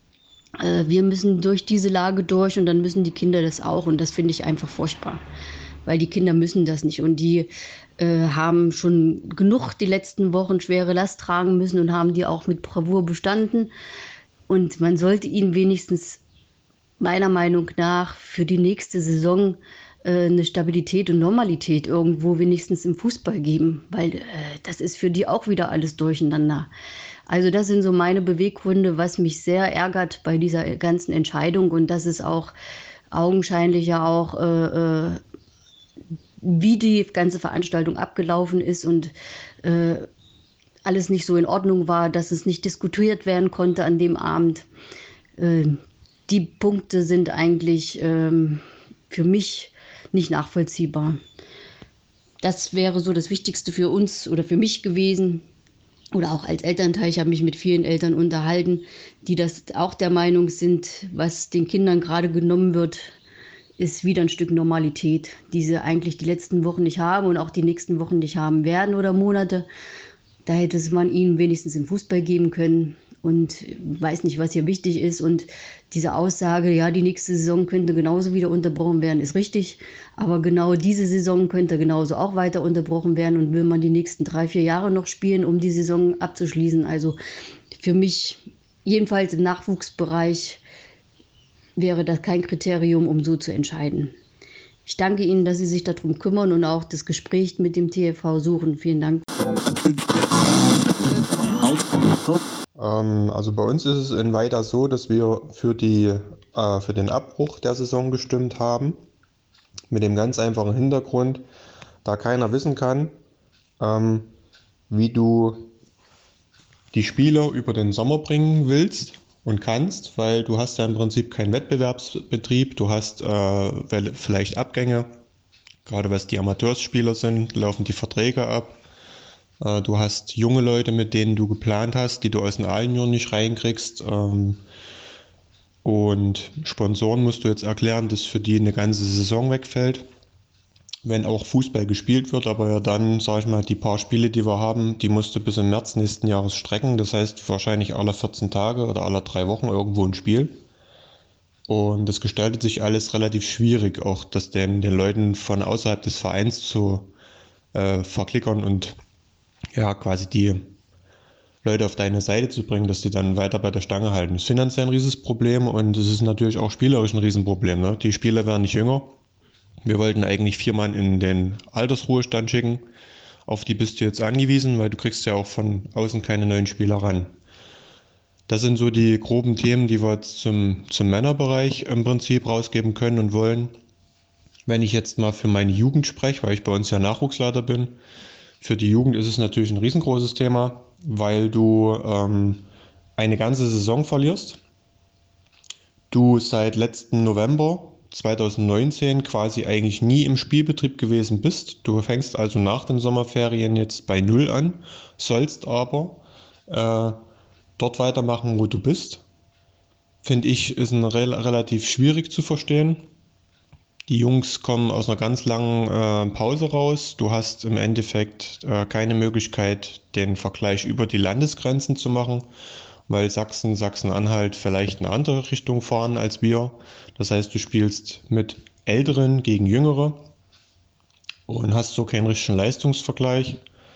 M: Wir müssen durch diese Lage durch und dann müssen die Kinder das auch. Und das finde ich einfach furchtbar, weil die Kinder müssen das nicht. Und die haben schon genug die letzten Wochen schwere Last tragen müssen und haben die auch mit Bravour bestanden. Und man sollte ihnen wenigstens meiner Meinung nach für die nächste Saison eine Stabilität und Normalität irgendwo wenigstens im Fußball geben, weil das ist für die auch wieder alles durcheinander. Also das sind so meine Beweggründe, was mich sehr ärgert bei dieser ganzen Entscheidung, und das ist auch augenscheinlich ja auch, wie die ganze Veranstaltung abgelaufen ist und alles nicht so in Ordnung war, dass es nicht diskutiert werden konnte an dem Abend. Die Punkte sind eigentlich für mich nicht nachvollziehbar. Das wäre so das Wichtigste für uns oder für mich gewesen. Oder auch als Elternteil, ich habe mich mit vielen Eltern unterhalten, die das auch der Meinung sind, was den Kindern gerade genommen wird, ist wieder ein Stück Normalität, die sie eigentlich die letzten Wochen nicht haben und auch die nächsten Wochen nicht haben werden oder Monate. Da hätte man ihnen wenigstens im Fußball geben können. Und weiß nicht, was hier wichtig ist. Und diese Aussage, ja, die nächste Saison könnte genauso wieder unterbrochen werden, ist richtig. Aber genau diese Saison könnte genauso auch weiter unterbrochen werden. Und will man die nächsten 3-4 Jahre noch spielen, um die Saison abzuschließen. Also für mich, jedenfalls im Nachwuchsbereich, wäre das kein Kriterium, um so zu entscheiden. Ich danke Ihnen, dass Sie sich darum kümmern und auch das Gespräch mit dem TFV suchen. Vielen Dank.
N: Also bei uns ist es in Weida so, dass wir für den Abbruch der Saison gestimmt haben. Mit dem ganz einfachen Hintergrund, da keiner wissen kann, wie du die Spieler über den Sommer bringen willst und kannst, weil du hast ja im Prinzip keinen Wettbewerbsbetrieb, du hast vielleicht Abgänge, gerade was die Amateursspieler sind, laufen die Verträge ab. Du hast junge Leute, mit denen du geplant hast, die du aus den A-Junioren nicht reinkriegst. Und Sponsoren musst du jetzt erklären, dass für die eine ganze Saison wegfällt. Wenn auch Fußball gespielt wird, aber ja dann, sag ich mal, die paar Spiele, die wir haben, die musst du bis im März nächsten Jahres strecken. Das heißt wahrscheinlich alle 14 Tage oder alle 3 Wochen irgendwo ein Spiel. Und das gestaltet sich alles relativ schwierig, auch das den Leuten von außerhalb des Vereins zu verklickern und ja, quasi die Leute auf deine Seite zu bringen, dass die dann weiter bei der Stange halten. Das ist finanziell ein Riesenproblem und es ist natürlich auch spielerisch ein Riesenproblem. Ne? Die Spieler werden nicht jünger. Wir wollten eigentlich 4 Mann in den Altersruhestand schicken. Auf die bist du jetzt angewiesen, weil du kriegst ja auch von außen keine neuen Spieler ran. Das sind so die groben Themen, die wir jetzt zum Männerbereich im Prinzip rausgeben können und wollen. Wenn ich jetzt mal für meine Jugend spreche, weil ich bei uns ja Nachwuchsleiter bin, für die Jugend ist es natürlich ein riesengroßes Thema, weil du eine ganze Saison verlierst. Du seit letzten November 2019 quasi eigentlich nie im Spielbetrieb gewesen bist. Du fängst also nach den Sommerferien jetzt bei 0 an, sollst aber dort weitermachen, wo du bist. Finde ich, ist relativ schwierig zu verstehen. Die Jungs kommen aus einer ganz langen Pause raus. Du hast im Endeffekt keine Möglichkeit, den Vergleich über die Landesgrenzen zu machen, weil Sachsen-Anhalt vielleicht in eine andere Richtung fahren als wir. Das heißt, du spielst mit Älteren gegen Jüngere und hast so keinen richtigen Leistungsvergleich.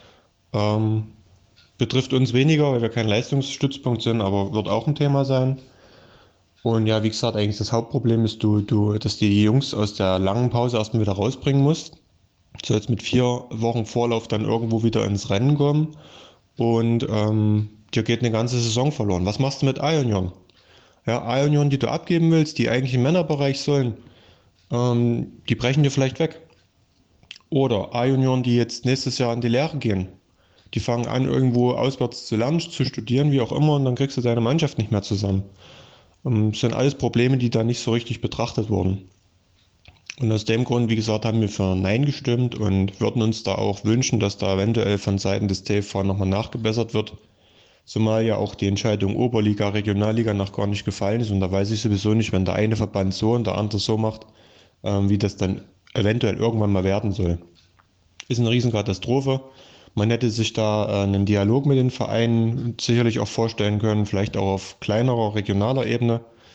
N: Betrifft uns weniger, weil wir kein Leistungsstützpunkt sind, aber wird auch ein Thema sein. Und ja, wie gesagt, eigentlich das Hauptproblem ist, dass die Jungs aus der langen Pause erstmal wieder rausbringen musst. Du sollst mit 4 Wochen Vorlauf dann irgendwo wieder ins Rennen kommen und dir geht eine ganze Saison verloren. Was machst du mit A-Junioren? Ja, A-Junioren, die du abgeben willst, die eigentlich im Männerbereich sollen, die brechen dir vielleicht weg. Oder A-Junioren, die jetzt nächstes Jahr in die Lehre gehen. Die fangen an, irgendwo auswärts zu lernen, zu studieren, wie auch immer, und dann kriegst du deine Mannschaft nicht mehr zusammen. Das sind alles Probleme, die da nicht so richtig betrachtet wurden. Und aus dem Grund, wie gesagt, haben wir für Nein gestimmt und würden uns da auch wünschen, dass da eventuell von Seiten des TV nochmal nachgebessert wird. Zumal ja auch die Entscheidung Oberliga, Regionalliga noch gar nicht gefallen ist. Und da weiß ich sowieso nicht, wenn der eine Verband so und der andere so macht, wie das dann eventuell irgendwann mal werden soll. Ist eine Riesenkatastrophe. Man hätte sich da einen Dialog mit den Vereinen sicherlich auch vorstellen können, vielleicht auch auf kleinerer, regionaler Ebene,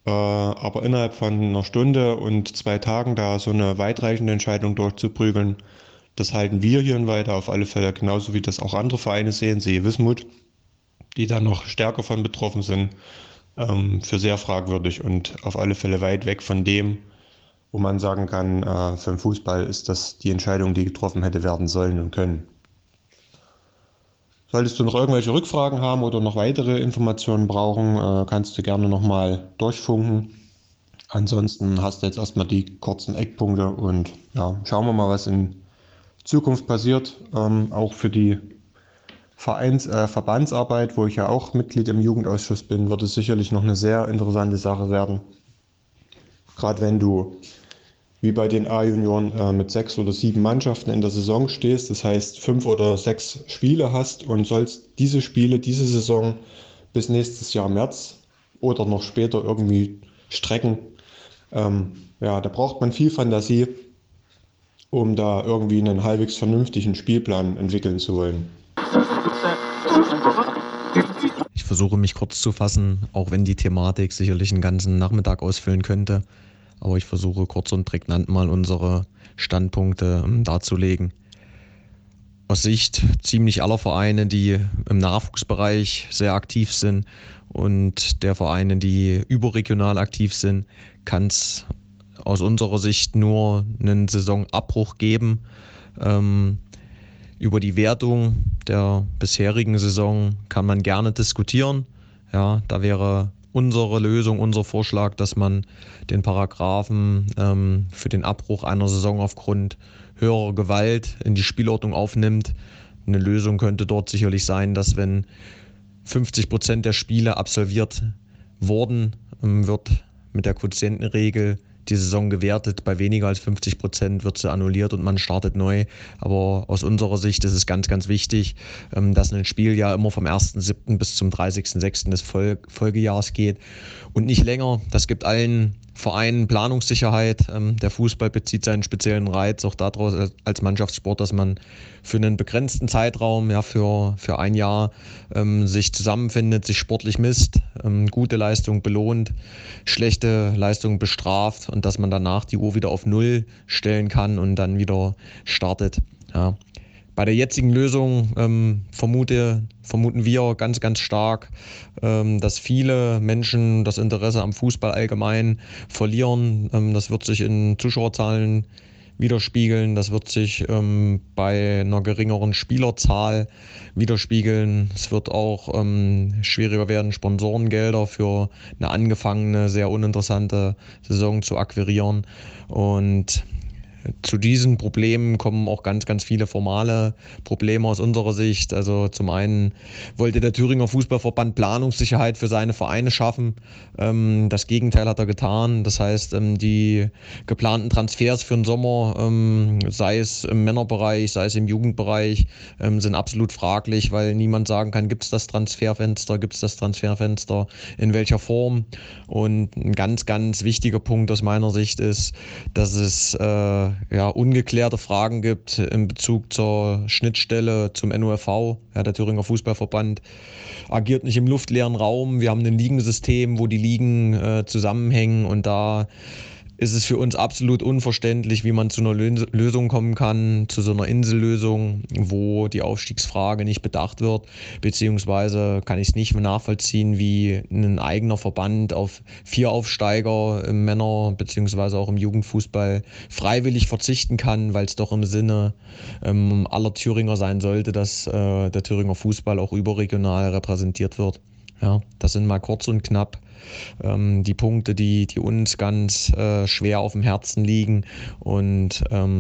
N: Aber innerhalb von einer Stunde und 2 Tagen da so eine weitreichende Entscheidung durchzuprügeln, das halten wir hier in Weida auf alle Fälle, genauso wie das auch andere Vereine sehen, siehe Wismut, die da noch stärker von betroffen sind, für sehr fragwürdig und auf alle Fälle weit weg von dem, wo man sagen kann, für den Fußball ist das die Entscheidung, die getroffen hätte werden sollen und können. Solltest du noch irgendwelche Rückfragen haben oder noch weitere Informationen brauchen, kannst du gerne nochmal durchfunken. Ansonsten hast du jetzt erstmal die kurzen Eckpunkte und ja, schauen wir mal, was in Zukunft passiert. Auch für die Verbandsarbeit, wo ich ja auch Mitglied im Jugendausschuss bin, wird es sicherlich noch eine sehr interessante Sache werden. Gerade wenn du wie bei den A-Junioren mit 6 oder 7 Mannschaften in der Saison stehst, das heißt 5 oder 6 Spiele hast und sollst diese Spiele, diese Saison bis nächstes Jahr März oder noch später irgendwie strecken. Ja, da braucht man viel Fantasie, um da irgendwie einen halbwegs vernünftigen Spielplan entwickeln zu wollen.
O: Ich versuche mich kurz zu fassen, auch wenn die Thematik sicherlich einen ganzen Nachmittag ausfüllen könnte. Aber ich versuche kurz und prägnant mal unsere Standpunkte darzulegen. Aus Sicht ziemlich aller Vereine, die im Nachwuchsbereich sehr aktiv sind und der Vereine, die überregional aktiv sind, kann es aus unserer Sicht nur einen Saisonabbruch geben. Über die Wertung der bisherigen Saison kann man gerne diskutieren. Ja, da wäre unsere Lösung, unser Vorschlag, dass man den Paragraphen für den Abbruch einer Saison aufgrund höherer Gewalt in die Spielordnung aufnimmt. Eine Lösung könnte dort sicherlich sein, dass wenn 50% der Spiele absolviert wurden, wird mit der Quotientenregel die Saison gewertet. Bei weniger als 50% wird sie annulliert und man startet neu. Aber aus unserer Sicht ist es ganz, ganz wichtig, dass ein Spieljahr immer vom 1.7. bis zum 30.6. des Folgejahres geht und nicht länger. Das gibt allen Vereinen Planungssicherheit. Der Fußball bezieht seinen speziellen Reiz auch daraus als Mannschaftssport, dass man für einen begrenzten Zeitraum, ja für ein Jahr, sich zusammenfindet, sich sportlich misst, gute Leistung belohnt, schlechte Leistung bestraft und dass man danach die Uhr wieder auf Null stellen kann und dann wieder startet. Ja. Bei der jetzigen Lösung vermuten wir ganz, ganz stark, dass viele Menschen das Interesse am Fußball allgemein verlieren. Das wird sich in Zuschauerzahlen widerspiegeln, das wird sich bei einer geringeren Spielerzahl widerspiegeln. Es wird auch schwieriger werden, Sponsorengelder für eine angefangene, sehr uninteressante Saison zu akquirieren. Und zu diesen Problemen kommen auch ganz, ganz viele formale Probleme aus unserer Sicht. Also zum einen wollte der Thüringer Fußballverband Planungssicherheit für seine Vereine schaffen. Das Gegenteil hat er getan. Das heißt, die geplanten Transfers für den Sommer, sei es im Männerbereich, sei es im Jugendbereich, sind absolut fraglich, weil niemand sagen kann, gibt es das Transferfenster, in welcher Form. Und ein ganz, ganz wichtiger Punkt aus meiner Sicht ist, dass es ungeklärte Fragen gibt in Bezug zur Schnittstelle zum NOFV. Ja, der Thüringer Fußballverband agiert nicht im luftleeren Raum. Wir haben ein Ligensystem, wo die Ligen zusammenhängen und da ist es für uns absolut unverständlich, wie man zu einer Lösung kommen kann, zu so einer Insellösung, wo die Aufstiegsfrage nicht bedacht wird, beziehungsweise kann ich es nicht mehr nachvollziehen, wie ein eigener Verband auf 4 Aufsteiger im Männer- beziehungsweise auch im Jugendfußball freiwillig verzichten kann, weil es doch im Sinne aller Thüringer sein sollte, dass der Thüringer Fußball auch überregional repräsentiert wird. Ja, das sind mal kurz und knapp die Punkte, die uns ganz schwer auf dem Herzen liegen und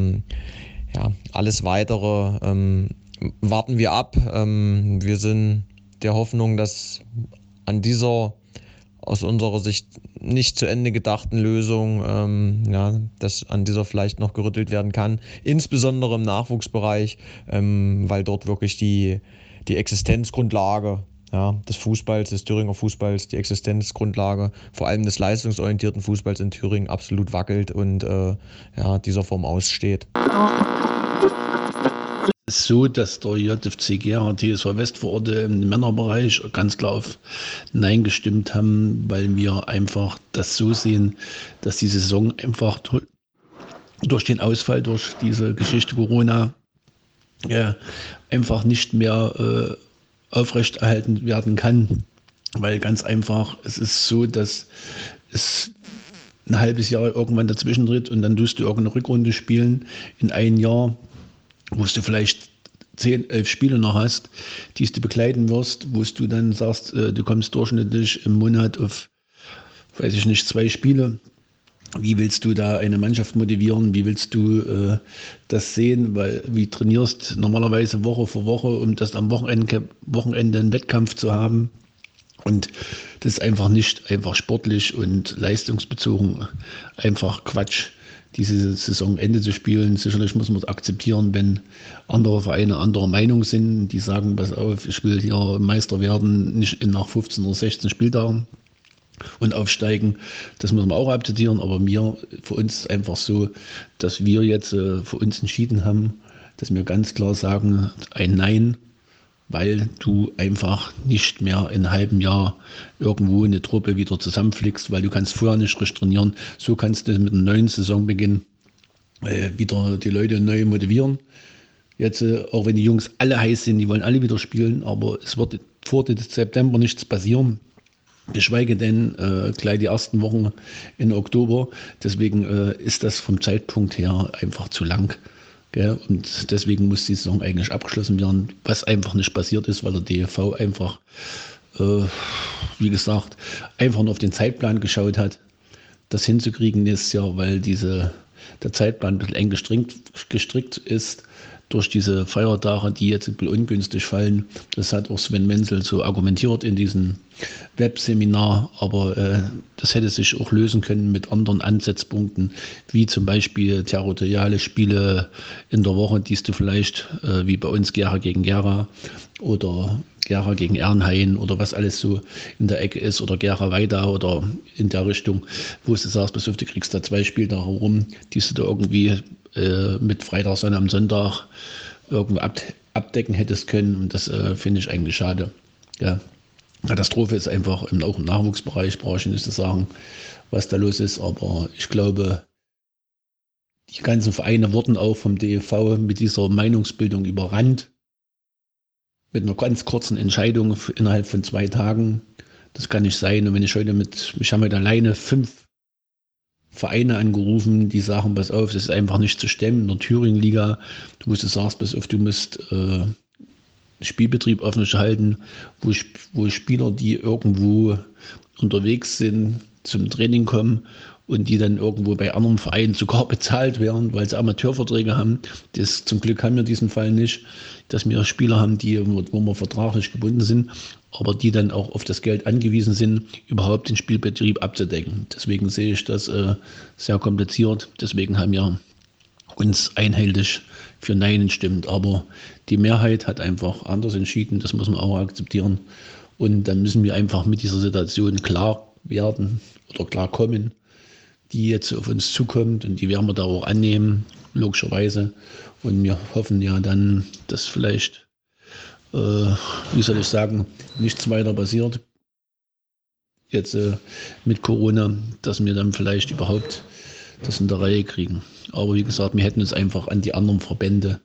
O: alles Weitere warten wir ab. Wir sind der Hoffnung, dass an dieser aus unserer Sicht nicht zu Ende gedachten Lösung, dass an dieser vielleicht noch gerüttelt werden kann, insbesondere im Nachwuchsbereich, weil dort wirklich die Existenzgrundlage des Fußballs, des Thüringer Fußballs, die Existenzgrundlage, vor allem des leistungsorientierten Fußballs in Thüringen absolut wackelt und dieser Form aussteht.
P: ist so, dass der JFC Gera TSV Westvororte im Männerbereich ganz klar auf Nein gestimmt haben, weil wir einfach das so sehen, dass die Saison einfach durch den Ausfall, durch diese Geschichte Corona einfach nicht mehr aufrechterhalten werden kann. Weil ganz einfach, es ist so, dass es ein halbes Jahr irgendwann dazwischen tritt und dann tust du irgendeine Rückrunde spielen in einem Jahr, wo du vielleicht 10, 11 Spiele noch hast, die du begleiten wirst, wo du dann sagst, du kommst durchschnittlich im Monat auf, weiß ich nicht, 2 Spiele. Wie willst du da eine Mannschaft motivieren? Wie willst du das sehen? Weil wie trainierst normalerweise Woche für Woche, um das am Wochenende einen Wettkampf zu haben? Und das ist einfach nicht einfach sportlich und leistungsbezogen einfach Quatsch, diese Saison Ende zu spielen. Sicherlich muss man es akzeptieren, wenn andere Vereine anderer Meinung sind, die sagen, pass auf, ich will hier Meister werden, nicht nach 15 oder 16 Spieltagen und aufsteigen. Das muss man auch akzeptieren, aber für uns ist einfach so, dass wir jetzt für uns entschieden haben, dass wir ganz klar sagen, ein Nein, weil du einfach nicht mehr in einem halben Jahr irgendwo eine Truppe wieder zusammenflickst, weil du kannst vorher nicht richtig trainieren. So kannst du mit einem neuen Saisonbeginn wieder die Leute neu motivieren. Jetzt, auch wenn die Jungs alle heiß sind, die wollen alle wieder spielen, aber es wird vor September nichts passieren. Geschweige denn gleich die ersten Wochen in Oktober. Deswegen ist das vom Zeitpunkt her einfach zu lang. Gell? Und deswegen muss die Saison eigentlich abgeschlossen werden, was einfach nicht passiert ist, weil der DFV einfach, wie gesagt, einfach nur auf den Zeitplan geschaut hat, das hinzukriegen nächstes Jahr, weil der Zeitplan ein bisschen eng gestrickt ist durch diese Feiertage, die jetzt ein bisschen ungünstig fallen. Das hat auch Sven Menzel so argumentiert in diesem Webseminar, aber das hätte sich auch lösen können mit anderen Ansatzpunkten, wie zum Beispiel territoriale Spiele in der Woche, die du vielleicht, wie bei uns Gera gegen Gera oder Gera gegen Ernhain oder was alles so in der Ecke ist oder Gera-Weida oder in der Richtung, wo du sagst, pass auf, du kriegst da 2 Spieltage rum, die du da irgendwie mit Freitag, am Sonntag irgendwie abdecken hättest können. Und das finde ich eigentlich schade. Ja. Katastrophe ist einfach auch im Nachwuchsbereich, brauche ich nicht zu sagen, was da los ist. Aber ich glaube, die ganzen Vereine wurden auch vom DFV mit dieser Meinungsbildung überrannt. Mit einer ganz kurzen Entscheidung innerhalb von 2 Tagen. Das kann nicht sein. Und wenn ich heute ich habe heute alleine 5 Vereine angerufen, die sagen, pass auf, das ist einfach nicht zu stemmen in der Thüringen-Liga. Du sagst, pass auf, du musst Spielbetrieb offen halten, wo Spieler, die irgendwo unterwegs sind, zum Training kommen und die dann irgendwo bei anderen Vereinen sogar bezahlt werden, weil sie Amateurverträge haben. Zum Glück haben wir diesen Fall nicht, dass wir Spieler haben, wo wir vertraglich gebunden sind, aber die dann auch auf das Geld angewiesen sind, überhaupt den Spielbetrieb abzudecken. Deswegen sehe ich das sehr kompliziert. Deswegen haben wir uns einhellig für Nein gestimmt. Aber die Mehrheit hat einfach anders entschieden. Das muss man auch akzeptieren. Und dann müssen wir einfach mit dieser Situation klar werden oder klar kommen, die jetzt auf uns zukommt. Und die werden wir da auch annehmen, logischerweise. Und wir hoffen ja dann, dass vielleicht, wie soll ich sagen, nichts weiter passiert. Jetzt mit Corona, dass wir dann vielleicht überhaupt das in der Reihe kriegen. Aber wie gesagt, wir hätten uns einfach an die anderen Verbände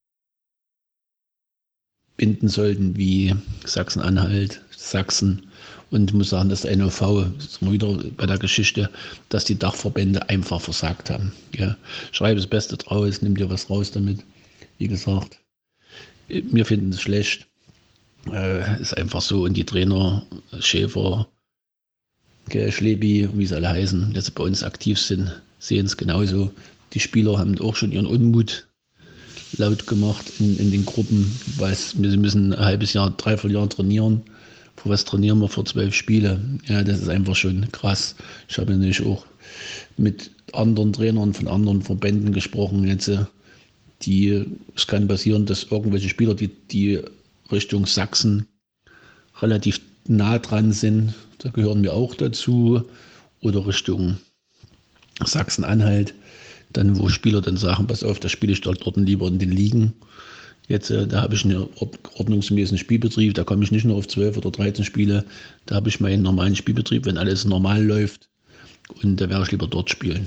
P: binden sollten, wie Sachsen-Anhalt, Sachsen. Und ich muss sagen, dass der NOV, das ist mal wieder bei der Geschichte, dass die Dachverbände einfach versagt haben. Ja. Schreibe das Beste draus, nimm dir was raus damit. Wie gesagt, wir finden es schlecht. Ist einfach so. Und die Trainer, Schäfer, Schlebi, wie sie alle heißen, die jetzt bei uns aktiv sind, sehen es genauso. Die Spieler haben auch schon ihren Unmut laut gemacht in den Gruppen, weil wir müssen ein halbes Jahr, 3/4 Jahr trainieren. Für was trainieren wir? Für 12 Spiele. Ja, das ist einfach schon krass. Ich habe nämlich auch mit anderen Trainern von anderen Verbänden gesprochen. Jetzt, es kann passieren, dass irgendwelche Spieler, die Richtung Sachsen relativ nah dran sind, da gehören wir auch dazu, oder Richtung Sachsen-Anhalt, dann wo Spieler dann sagen, pass auf, da spiele ich dort lieber in den Ligen. Jetzt, da habe ich einen ordnungsgemäßen Spielbetrieb, da komme ich nicht nur auf 12 oder 13 Spiele, da habe ich meinen normalen Spielbetrieb, wenn alles normal läuft, und da werde ich lieber dort spielen.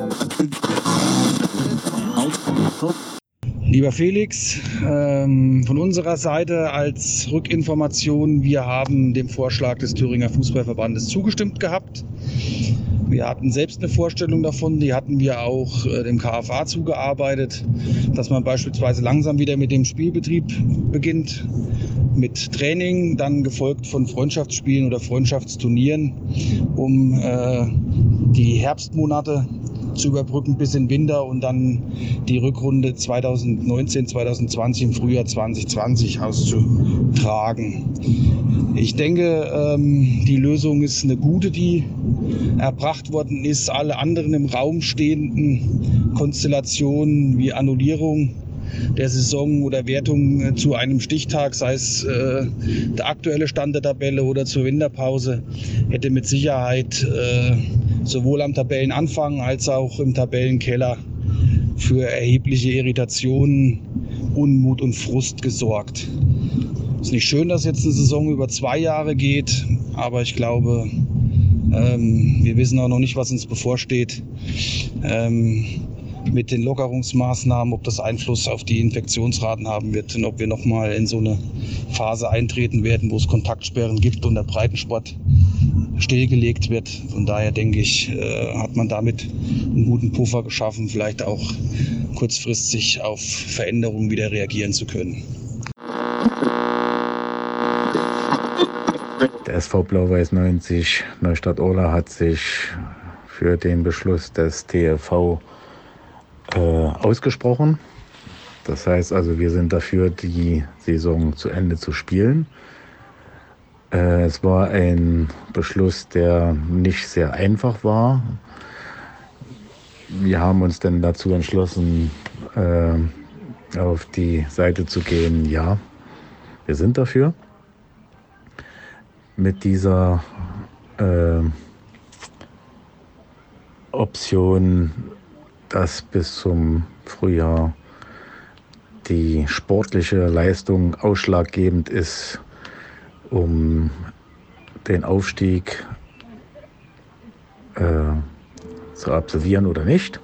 Q: Lieber Felix, von unserer Seite als Rückinformation, wir haben dem Vorschlag des Thüringer Fußballverbandes zugestimmt gehabt. Wir hatten selbst eine Vorstellung davon, die hatten wir auch dem KFA zugearbeitet, dass man beispielsweise langsam wieder mit dem Spielbetrieb beginnt, mit Training, dann gefolgt von Freundschaftsspielen oder Freundschaftsturnieren, um die Herbstmonate zu überbrücken bis in den Winter und dann die Rückrunde 2019, 2020 im Frühjahr 2020 auszutragen. Ich denke, die Lösung ist eine gute, die erbracht worden ist. Alle anderen im Raum stehenden Konstellationen wie Annullierung der Saison oder Wertung zu einem Stichtag, sei es der aktuelle Stand der Tabelle oder zur Winterpause, hätte mit Sicherheit sowohl am Tabellenanfang als auch im Tabellenkeller für erhebliche Irritationen, Unmut und Frust gesorgt. Es ist nicht schön, dass jetzt eine Saison über 2 Jahre geht, aber ich glaube, wir wissen auch noch nicht, was uns bevorsteht mit den Lockerungsmaßnahmen, ob das Einfluss auf die Infektionsraten haben wird und ob wir nochmal in so eine Phase eintreten werden, wo es Kontaktsperren gibt und der Breitensport stillgelegt wird. Von daher denke ich, hat man damit einen guten Puffer geschaffen, vielleicht auch kurzfristig auf Veränderungen wieder reagieren zu können.
R: Der SV Blau-Weiß 90 Neustadt-Orla hat sich für den Beschluss des TFV ausgesprochen. Das heißt also, wir sind dafür, die Saison zu Ende zu spielen. Es war ein Beschluss, der nicht sehr einfach war. Wir haben uns dann dazu entschlossen, auf die Seite zu gehen, ja, wir sind dafür. Mit dieser Option, dass bis zum Frühjahr die sportliche Leistung ausschlaggebend ist, um den Aufstieg zu absolvieren oder nicht.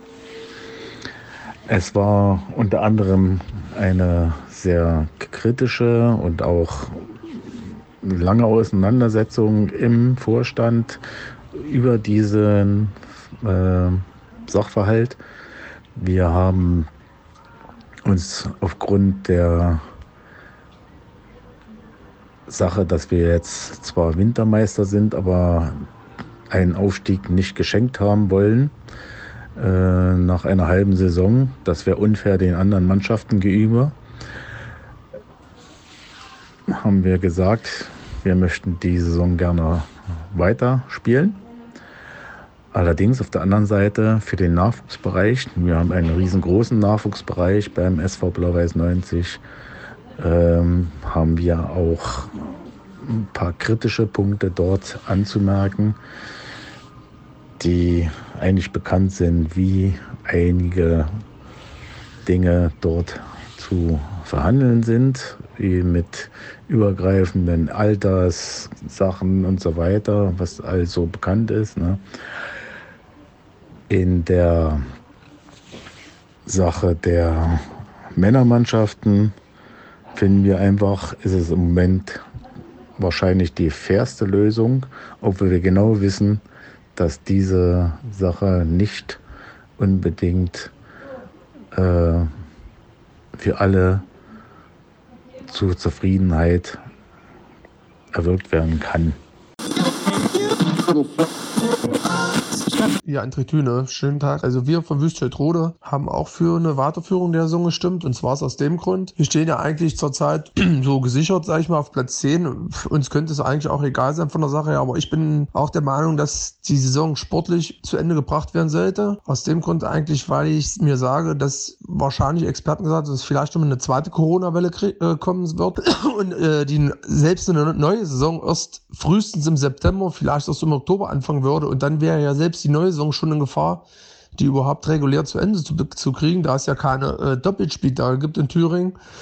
R: Es war unter anderem eine sehr kritische und auch lange Auseinandersetzung im Vorstand über diesen Sachverhalt. Wir haben uns aufgrund der Sache, dass wir jetzt zwar Wintermeister sind, aber einen Aufstieg nicht geschenkt haben wollen, nach einer halben Saison, das wäre unfair den anderen Mannschaften gegenüber, haben wir gesagt, wir möchten die Saison gerne weiter spielen. Allerdings auf der anderen Seite für den Nachwuchsbereich, wir haben einen riesengroßen Nachwuchsbereich beim SV Blau-Weiß 90, haben wir auch ein paar kritische Punkte dort anzumerken, die eigentlich bekannt sind, wie einige Dinge dort zu verhandeln sind, wie mit übergreifenden Alterssachen und so weiter, was also bekannt ist, ne? In der Sache der Männermannschaften finden wir einfach, ist es im Moment wahrscheinlich die fairste Lösung, obwohl wir genau wissen, dass diese Sache nicht unbedingt für alle zur Zufriedenheit erwirkt werden kann.
S: Ja, André Thüne, schönen Tag. Also wir von Wüstfeldrode haben auch für eine Weiterführung der Saison gestimmt, und zwar aus dem Grund, wir stehen ja eigentlich zurzeit so gesichert, sage ich mal, auf Platz 10. Uns könnte es eigentlich auch egal sein von der Sache her, aber ich bin auch der Meinung, dass die Saison sportlich zu Ende gebracht werden sollte. Aus dem Grund eigentlich, weil ich mir sage, dass wahrscheinlich Experten gesagt haben, dass vielleicht noch eine zweite Corona-Welle kommen wird und selbst eine neue Saison erst frühestens im September, vielleicht erst im Oktober anfangen würde, und dann wäre ja selbst die neue Saison schon in Gefahr, die überhaupt regulär zu Ende zu kriegen, da es ja keine Doppelspieltage gibt in Thüringen.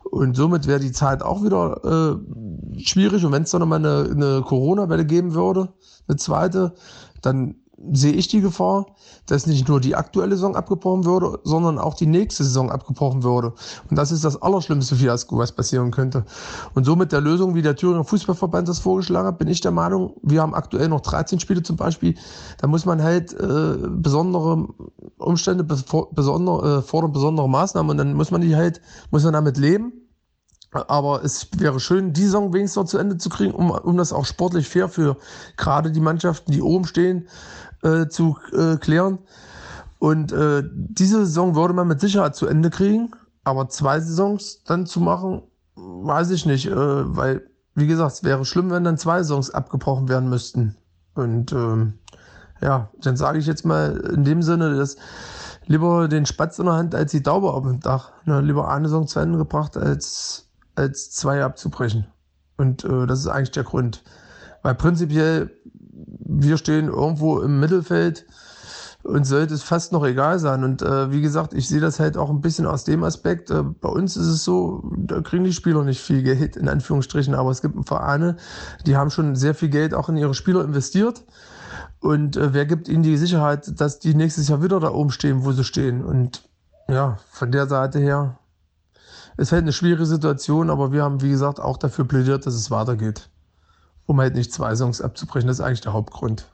S: Und somit wäre die Zeit auch wieder schwierig. Und wenn es dann nochmal eine Corona-Welle geben würde, eine zweite, dann sehe ich die Gefahr, dass nicht nur die aktuelle Saison abgebrochen würde, sondern auch die nächste Saison abgebrochen würde. Und das ist das allerschlimmste Fiasko, was passieren könnte. Und somit der Lösung, wie der Thüringer Fußballverband das vorgeschlagen hat, bin ich der Meinung, wir haben aktuell noch 13 Spiele zum Beispiel, da muss man halt besondere Umstände fordern, besondere Maßnahmen, und dann muss man damit leben. Aber es wäre schön, die Saison wenigstens noch zu Ende zu kriegen, um das auch sportlich fair für gerade die Mannschaften, die oben stehen, zu klären. Und diese Saison würde man mit Sicherheit zu Ende kriegen, aber 2 Saisons dann zu machen, weiß ich nicht, weil, wie gesagt, es wäre schlimm, wenn dann 2 Saisons abgebrochen werden müssten. Und ja, dann sage ich jetzt mal in dem Sinne, dass lieber den Spatz in der Hand als die Taube auf dem Dach. Ne, lieber eine Saison zu Ende gebracht, als 2 abzubrechen. Und das ist eigentlich der Grund. Weil prinzipiell, wir stehen irgendwo im Mittelfeld und sollte es fast noch egal sein. Und wie gesagt, ich sehe das halt auch ein bisschen aus dem Aspekt. Bei uns ist es so, da kriegen die Spieler nicht viel Geld, in Anführungsstrichen. Aber es gibt Vereine, die haben schon sehr viel Geld auch in ihre Spieler investiert. Und wer gibt ihnen die Sicherheit, dass die nächstes Jahr wieder da oben stehen, wo sie stehen? Und ja, von der Seite her ist halt eine schwierige Situation, aber wir haben, wie gesagt, auch dafür plädiert, dass es weitergeht. Um halt nicht 2 Saisons abzubrechen, das ist eigentlich der Hauptgrund.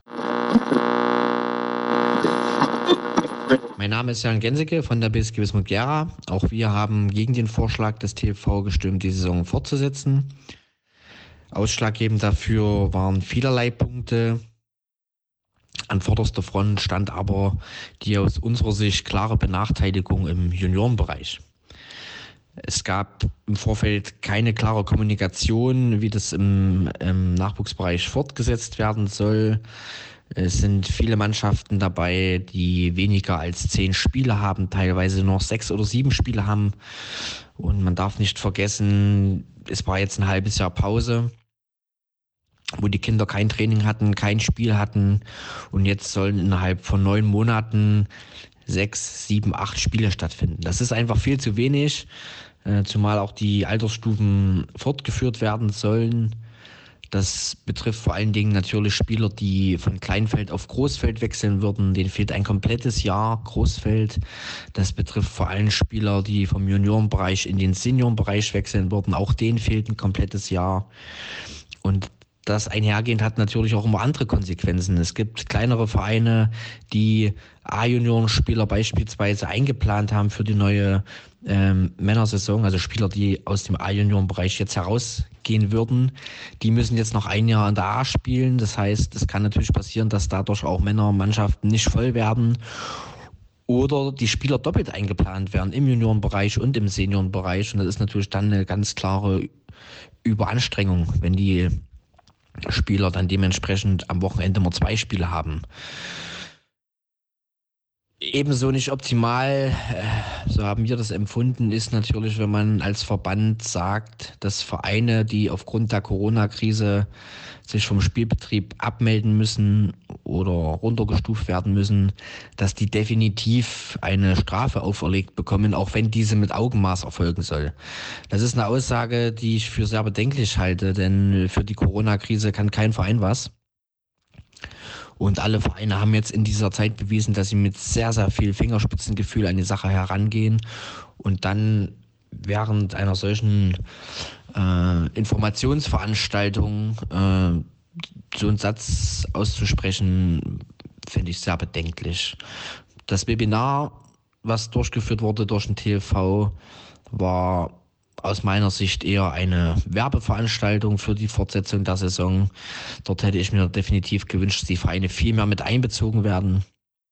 T: Mein Name ist Jan Genseke von der BSG Wismut Gera. Auch wir haben gegen den Vorschlag des TV gestimmt, die Saison fortzusetzen. Ausschlaggebend dafür waren vielerlei Punkte. An vorderster Front stand aber die aus unserer Sicht klare Benachteiligung im Juniorenbereich. Es gab im Vorfeld keine klare Kommunikation, wie das im Nachwuchsbereich fortgesetzt werden soll. Es sind viele Mannschaften dabei, die weniger als 10 Spiele haben, teilweise noch 6 oder 7 Spiele haben. Und man darf nicht vergessen, es war jetzt ein halbes Jahr Pause, wo die Kinder kein Training hatten, kein Spiel hatten. Und jetzt sollen innerhalb von 9 Monaten 6, 7, 8 Spiele stattfinden. Das ist einfach viel zu wenig, zumal auch die Altersstufen fortgeführt werden sollen. Das betrifft vor allen Dingen natürlich Spieler, die von Kleinfeld auf Großfeld wechseln würden. Denen fehlt ein komplettes Jahr Großfeld. Das betrifft vor allem Spieler, die vom Juniorenbereich in den Seniorenbereich wechseln würden. Auch denen fehlt ein komplettes Jahr. Und das einhergehend hat natürlich auch immer andere Konsequenzen. Es gibt kleinere Vereine, die A-Junioren-Spieler beispielsweise eingeplant haben für die neue Männersaison, also Spieler, die aus dem A-Junioren-Bereich jetzt herausgehen würden. Die müssen jetzt noch ein Jahr in der A spielen. Das heißt, es kann natürlich passieren, dass dadurch auch Männermannschaften nicht voll werden oder die Spieler doppelt eingeplant werden im Juniorenbereich und im Seniorenbereich. Und das ist natürlich dann eine ganz klare Überanstrengung, wenn die Spieler dann dementsprechend am Wochenende nur 2 Spiele haben. Ebenso nicht optimal, so haben wir das empfunden, ist natürlich, wenn man als Verband sagt, dass Vereine, die aufgrund der Corona-Krise sich vom Spielbetrieb abmelden müssen oder runtergestuft werden müssen, dass die definitiv eine Strafe auferlegt bekommen, auch wenn diese mit Augenmaß erfolgen soll. Das ist eine Aussage, die ich für sehr bedenklich halte, denn für die Corona-Krise kann kein Verein was. Und alle Vereine haben jetzt in dieser Zeit bewiesen, dass sie mit sehr, sehr viel Fingerspitzengefühl an die Sache herangehen und dann während einer solchen Informationsveranstaltung so einen Satz auszusprechen, finde ich sehr bedenklich. Das Webinar, was durchgeführt wurde durch den TV, war aus meiner Sicht eher eine Werbeveranstaltung für die Fortsetzung der Saison. Dort hätte ich mir definitiv gewünscht, dass die Vereine viel mehr mit einbezogen werden,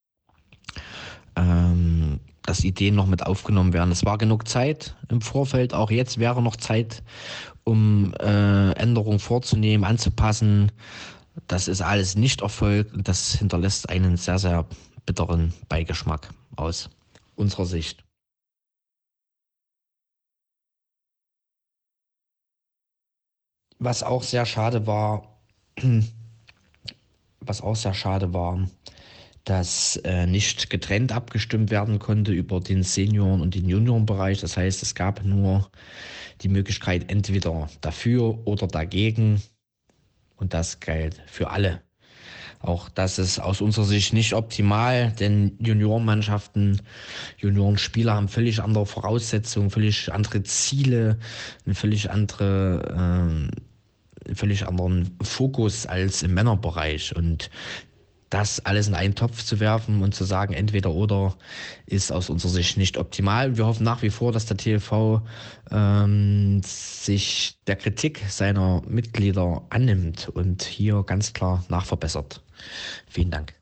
T: dass Ideen noch mit aufgenommen werden. Es war genug Zeit im Vorfeld, auch jetzt wäre noch Zeit, um Änderungen vorzunehmen, anzupassen. Das ist alles nicht erfolgt und das hinterlässt einen sehr, sehr bitteren Beigeschmack aus unserer Sicht. Was auch sehr schade war, dass nicht getrennt abgestimmt werden konnte über den Senioren- und den Juniorenbereich. Das heißt, es gab nur die Möglichkeit, entweder dafür oder dagegen. Und das galt für alle. Auch das ist aus unserer Sicht nicht optimal, denn Juniorenmannschaften, Juniorenspieler haben völlig andere Voraussetzungen, völlig andere Ziele, einen völlig anderen Fokus als im Männerbereich. Und das alles in einen Topf zu werfen und zu sagen, entweder oder, ist aus unserer Sicht nicht optimal. Wir hoffen nach wie vor, dass der TLV sich der Kritik seiner Mitglieder annimmt und hier ganz klar nachverbessert. Vielen Dank.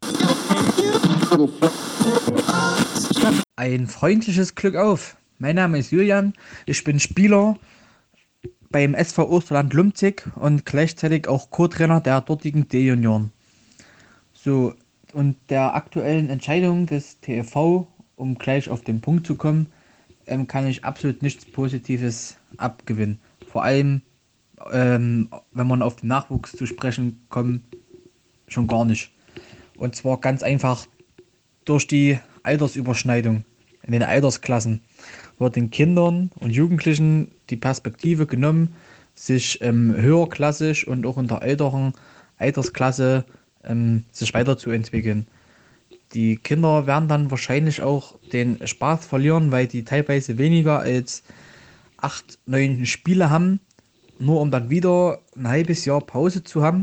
U: Ein freundliches Glück auf. Mein Name ist Julian. Ich bin Spieler beim SV Osterland Lumzig und gleichzeitig auch Co-Trainer der dortigen D-Junioren. So, und der aktuellen Entscheidung des TFV, um gleich auf den Punkt zu kommen, kann ich absolut nichts Positives abgewinnen. Vor allem, wenn man auf den Nachwuchs zu sprechen kommt, schon gar nicht. Und zwar ganz einfach durch die Altersüberschneidung in den Altersklassen wird den Kindern und Jugendlichen die Perspektive genommen, sich höherklassig und auch in der älteren Altersklasse sich weiterzuentwickeln. Die Kinder werden dann wahrscheinlich auch den Spaß verlieren, weil die teilweise weniger als 8, 9 Spiele haben, nur um dann wieder ein halbes Jahr Pause zu haben.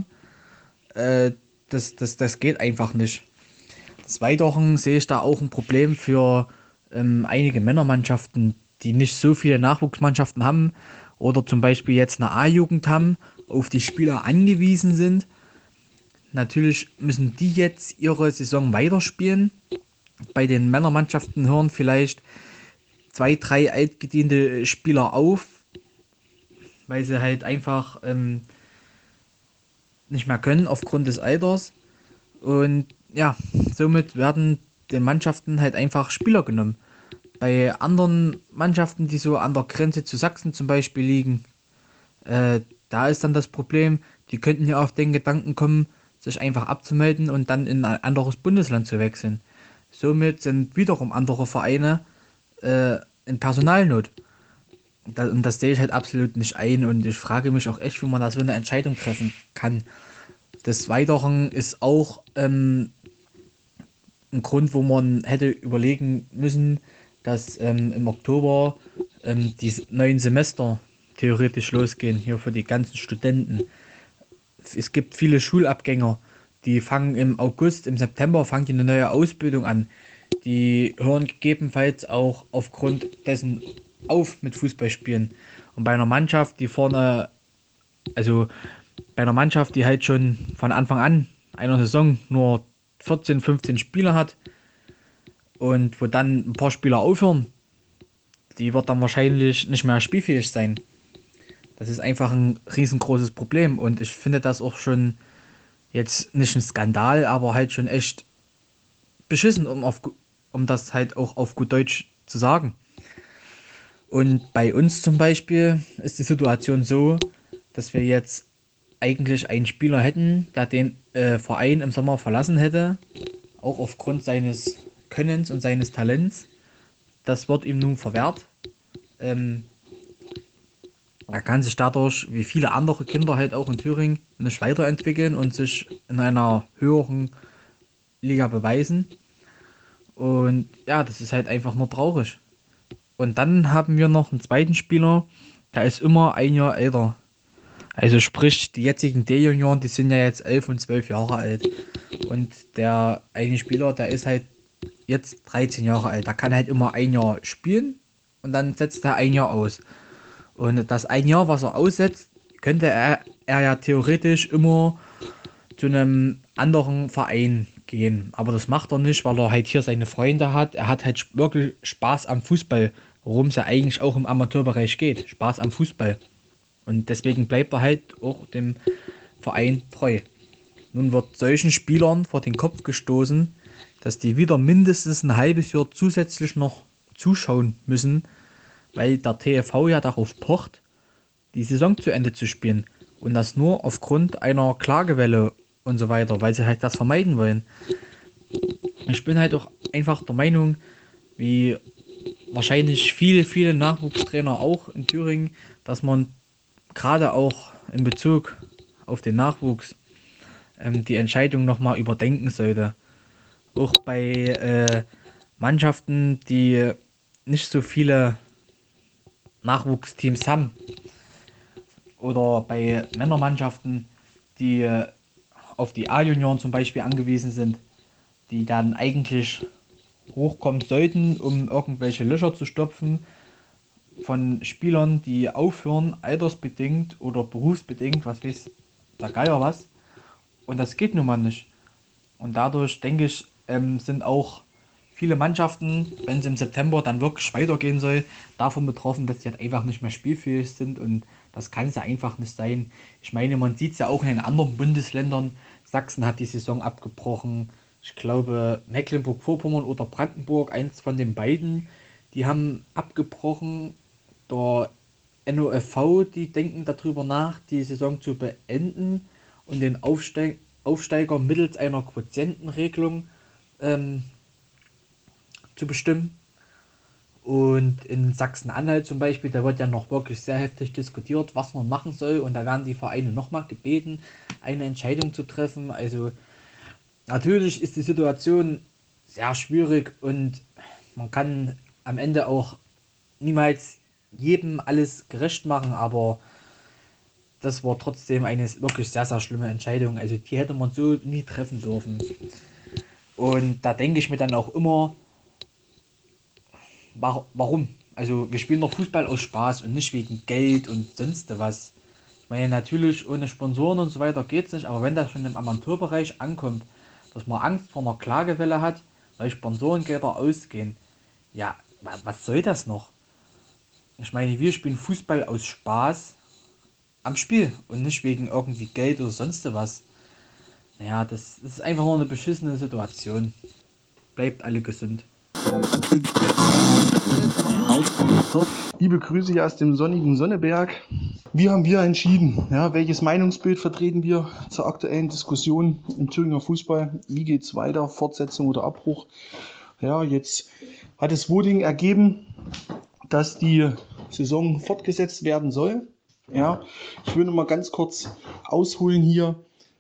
U: Das geht einfach nicht. Des Weiteren sehe ich da auch ein Problem für einige Männermannschaften, die nicht so viele Nachwuchsmannschaften haben oder zum Beispiel jetzt eine A-Jugend haben, auf die Spieler angewiesen sind. Natürlich müssen die jetzt ihre Saison weiterspielen. Bei den Männermannschaften hören vielleicht 2, 3 altgediente Spieler auf, weil sie halt einfach nicht mehr können aufgrund des Alters. Und ja, somit werden den Mannschaften halt einfach Spieler genommen. Bei anderen Mannschaften, die so an der Grenze zu Sachsen zum Beispiel liegen, da ist dann das Problem, die könnten ja auf den Gedanken kommen, sich einfach abzumelden und dann in ein anderes Bundesland zu wechseln. Somit sind wiederum andere Vereine in Personalnot. Und das sehe ich halt absolut nicht ein und ich frage mich auch echt, wie man da so eine Entscheidung treffen kann. Des Weiteren ist auch ein Grund, wo man hätte überlegen müssen, dass im Oktober die neuen Semester theoretisch losgehen, hier für die ganzen Studenten. Es gibt viele Schulabgänger, die fangen im August, im September fangen die eine neue Ausbildung an. Die hören gegebenenfalls auch aufgrund dessen auf mit Fußballspielen. Und bei einer Mannschaft, die halt schon von Anfang an einer Saison nur 14, 15 Spieler hat und wo dann ein paar Spieler aufhören, die wird dann wahrscheinlich nicht mehr spielfähig sein. Das ist einfach ein riesengroßes Problem und ich finde das auch schon jetzt nicht ein Skandal, aber halt schon echt beschissen, um das halt auch auf gut Deutsch zu sagen. Und bei uns zum Beispiel ist die Situation so, dass wir jetzt eigentlich einen Spieler hätten, der den Verein im Sommer verlassen hätte, auch aufgrund seines Könnens und seines Talents. Das wird ihm nun verwehrt. Er kann sich dadurch, wie viele andere Kinder halt auch in Thüringen, nicht weiterentwickeln und sich in einer höheren Liga beweisen. Und ja, das ist halt einfach nur traurig. Und dann haben wir noch einen zweiten Spieler, der ist immer ein Jahr älter. Also sprich, die jetzigen D-Junioren, die sind ja jetzt 11 und 12 Jahre alt. Und der eine Spieler, der ist halt jetzt 13 Jahre alt. Der kann halt immer ein Jahr spielen und dann setzt er ein Jahr aus. Und das ein Jahr, was er aussetzt, könnte er ja theoretisch immer zu einem anderen Verein gehen. Aber das macht er nicht, weil er halt hier seine Freunde hat. Er hat halt wirklich Spaß am Fußball, worum es ja eigentlich auch im Amateurbereich geht. Spaß am Fußball. Und deswegen bleibt er halt auch dem Verein treu. Nun wird solchen Spielern vor den Kopf gestoßen, dass die wieder mindestens ein halbes Jahr zusätzlich noch zuschauen müssen, weil der TFV ja darauf pocht, die Saison zu Ende zu spielen. Und das nur aufgrund einer Klagewelle und so weiter, weil sie halt das vermeiden wollen. Ich bin halt auch einfach der Meinung, wie wahrscheinlich viele Nachwuchstrainer auch in Thüringen, dass man gerade auch in Bezug auf den Nachwuchs die Entscheidung nochmal überdenken sollte. Auch bei Mannschaften, die nicht so viele Nachwuchsteams haben oder bei Männermannschaften, die auf die A-Junioren zum Beispiel angewiesen sind, die dann eigentlich hochkommen sollten, um irgendwelche Löcher zu stopfen von Spielern, die aufhören, altersbedingt oder berufsbedingt, was weiß der Geier was. Und das geht nun mal nicht. Und dadurch, denke ich, sind auch viele Mannschaften, wenn es im September dann wirklich weitergehen soll, davon betroffen, dass sie halt einfach nicht mehr spielfähig sind. Und das kann es ja einfach nicht sein. Ich meine, man sieht es ja auch in den anderen Bundesländern. Sachsen hat die Saison abgebrochen. Ich glaube, Mecklenburg-Vorpommern oder Brandenburg, eins von den beiden, die haben abgebrochen. Der NOFV, die denken darüber nach, die Saison zu beenden und den Aufsteiger mittels einer Quotientenregelung zu bestimmen. Und in Sachsen-Anhalt zum Beispiel, da wird ja noch wirklich sehr heftig diskutiert, was man machen soll. Und da werden die Vereine nochmal gebeten, eine Entscheidung zu treffen. Also natürlich ist die Situation sehr schwierig und man kann am Ende auch niemals jedem alles gerecht machen, aber das war trotzdem eine wirklich sehr, sehr schlimme Entscheidung. Also die hätte man so nie treffen dürfen. Und da denke ich mir dann auch immer, warum? Also wir spielen doch Fußball aus Spaß und nicht wegen Geld und sonst was. Ich meine, natürlich ohne Sponsoren und so weiter geht es nicht, aber wenn das schon im Amateurbereich ankommt, dass man Angst vor einer Klagewelle hat, weil Sponsorengelder ausgehen, ja, was soll das noch? Ich meine, wir spielen Fußball aus Spaß am Spiel und nicht wegen irgendwie Geld oder sonst was. Naja, das ist einfach nur eine beschissene Situation. Bleibt alle gesund.
A: Liebe Grüße hier aus dem sonnigen Sonneberg. Wir haben entschieden, ja, welches Meinungsbild vertreten wir zur aktuellen Diskussion im Thüringer Fußball. Wie geht es weiter, Fortsetzung oder Abbruch? Ja, jetzt hat das Voting ergeben, dass die Saison fortgesetzt werden soll. Ja, ich will noch mal ganz kurz ausholen hier.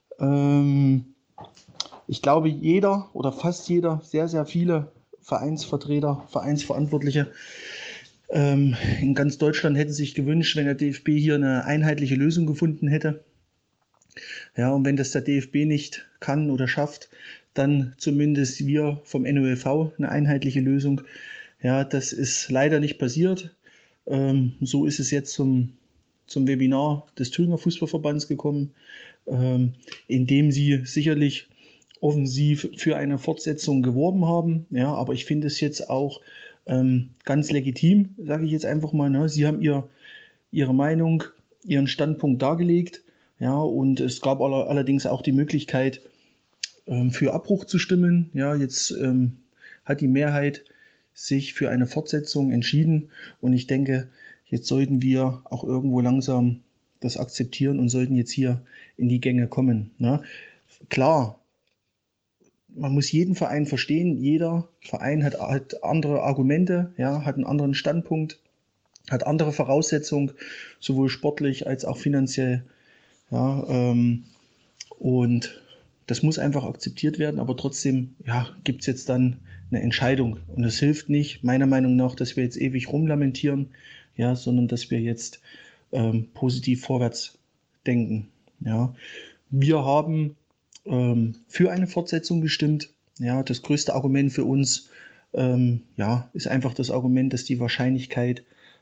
A: Ich glaube, jeder oder fast jeder, sehr, sehr viele Vereinsvertreter, Vereinsverantwortliche in ganz Deutschland hätten sich gewünscht, wenn der DFB hier eine einheitliche Lösung gefunden hätte. Ja, und wenn das der DFB nicht kann oder schafft, dann zumindest wir vom NOFV eine einheitliche Lösung. Ja, das ist leider nicht passiert. So ist es jetzt zum Webinar des Thüringer Fußballverbands gekommen, in dem sie sicherlich offensiv für eine Fortsetzung geworben haben. Ja, aber ich finde es jetzt auch ganz legitim, sage ich jetzt einfach mal. Ne? Sie haben ihre Meinung, ihren Standpunkt dargelegt. Ja, und es gab allerdings auch die Möglichkeit, für Abbruch zu stimmen. Ja, jetzt hat die Mehrheit sich für eine Fortsetzung entschieden. Und ich denke, jetzt sollten wir auch irgendwo langsam das akzeptieren und sollten jetzt hier in die Gänge kommen. Ne? Klar, man muss jeden Verein verstehen. Jeder Verein hat andere Argumente, ja, hat einen anderen Standpunkt, hat andere Voraussetzungen, sowohl sportlich als auch finanziell. Ja, und das muss einfach akzeptiert werden, aber trotzdem gibt es jetzt dann eine Entscheidung. Und es hilft nicht, meiner Meinung nach, dass wir jetzt ewig rumlamentieren, ja, sondern dass wir jetzt positiv vorwärts denken. Ja. Wir haben für eine Fortsetzung gestimmt. Ja, das größte Argument für uns ist einfach das Argument, dass die Wahrscheinlichkeit,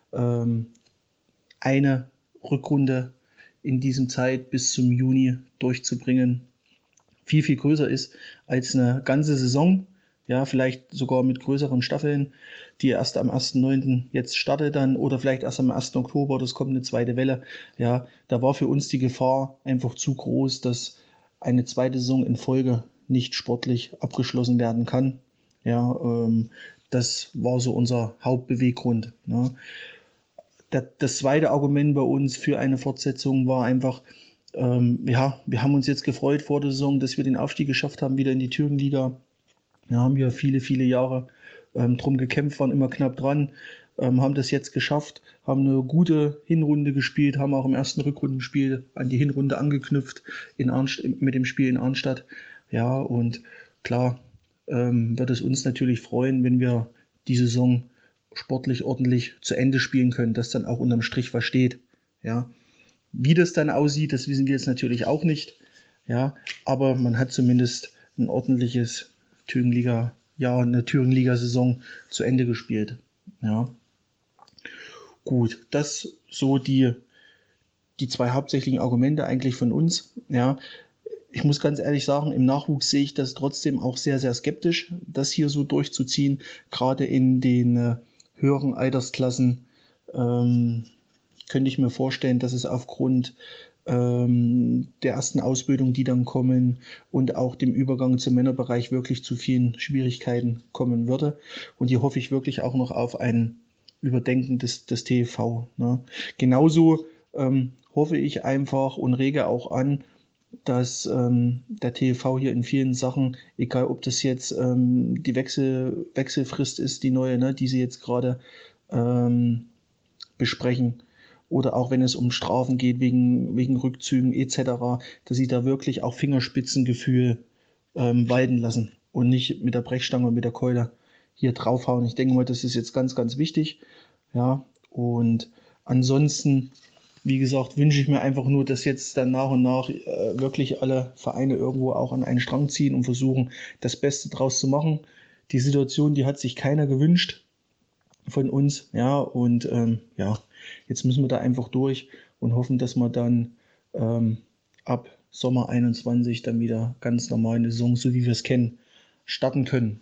A: eine Rückrunde in diesem Zeit bis zum Juni durchzubringen, viel, viel größer ist als eine ganze Saison. Ja, vielleicht sogar mit größeren Staffeln, die erst am 1.9. jetzt startet dann oder vielleicht erst am 1. Oktober, das kommt eine zweite Welle. Ja, da war für uns die Gefahr einfach zu groß, dass eine zweite Saison in Folge nicht sportlich abgeschlossen werden kann. Ja, das war so unser Hauptbeweggrund. Ne? Das zweite Argument bei uns für eine Fortsetzung war einfach, wir haben uns jetzt gefreut vor der Saison, dass wir den Aufstieg geschafft haben, wieder in die Thüringenliga. Ja, haben wir viele, viele Jahre drum gekämpft, waren immer knapp dran, haben das jetzt geschafft, haben eine gute Hinrunde gespielt, haben auch im ersten Rückrundenspiel an die Hinrunde angeknüpft mit dem Spiel in Arnstadt. Ja, und klar wird es uns natürlich freuen, wenn wir die Saison sportlich ordentlich zu Ende spielen können, dass dann auch unterm Strich was steht. Ja. Wie das dann aussieht, das wissen wir jetzt natürlich auch nicht. Ja, aber man hat zumindest ein ordentliches eine Thüringen-Liga-Saison zu Ende gespielt. Ja. Gut, das so die zwei hauptsächlichen Argumente eigentlich von uns. Ja. Ich muss ganz ehrlich sagen, im Nachwuchs sehe ich das trotzdem auch sehr, sehr skeptisch, das hier so durchzuziehen. Gerade in den höheren Altersklassen könnte ich mir vorstellen, dass es aufgrund der ersten Ausbildung, die dann kommen und auch dem Übergang zum Männerbereich wirklich zu vielen Schwierigkeiten kommen würde. Und hier hoffe ich wirklich auch noch auf ein Überdenken des TFV. Ne? Genauso hoffe ich einfach und rege auch an, dass der TFV hier in vielen Sachen, egal ob das jetzt die Wechselfrist ist, die neue, ne, die sie jetzt gerade besprechen, oder auch wenn es um Strafen geht wegen Rückzügen etc., dass sie da wirklich auch Fingerspitzengefühl walten lassen und nicht mit der Brechstange und mit der Keule hier draufhauen. Ich denke mal, das ist jetzt ganz, ganz wichtig. Ja, und ansonsten, wie gesagt, wünsche ich mir einfach nur, dass jetzt dann nach und nach wirklich alle Vereine irgendwo auch an einen Strang ziehen und versuchen, das Beste draus zu machen. Die Situation, die hat sich keiner gewünscht von uns. Ja, und jetzt müssen wir da einfach durch und hoffen, dass wir dann ab Sommer 21 dann wieder ganz normal eine Saison, so wie wir es kennen, starten können.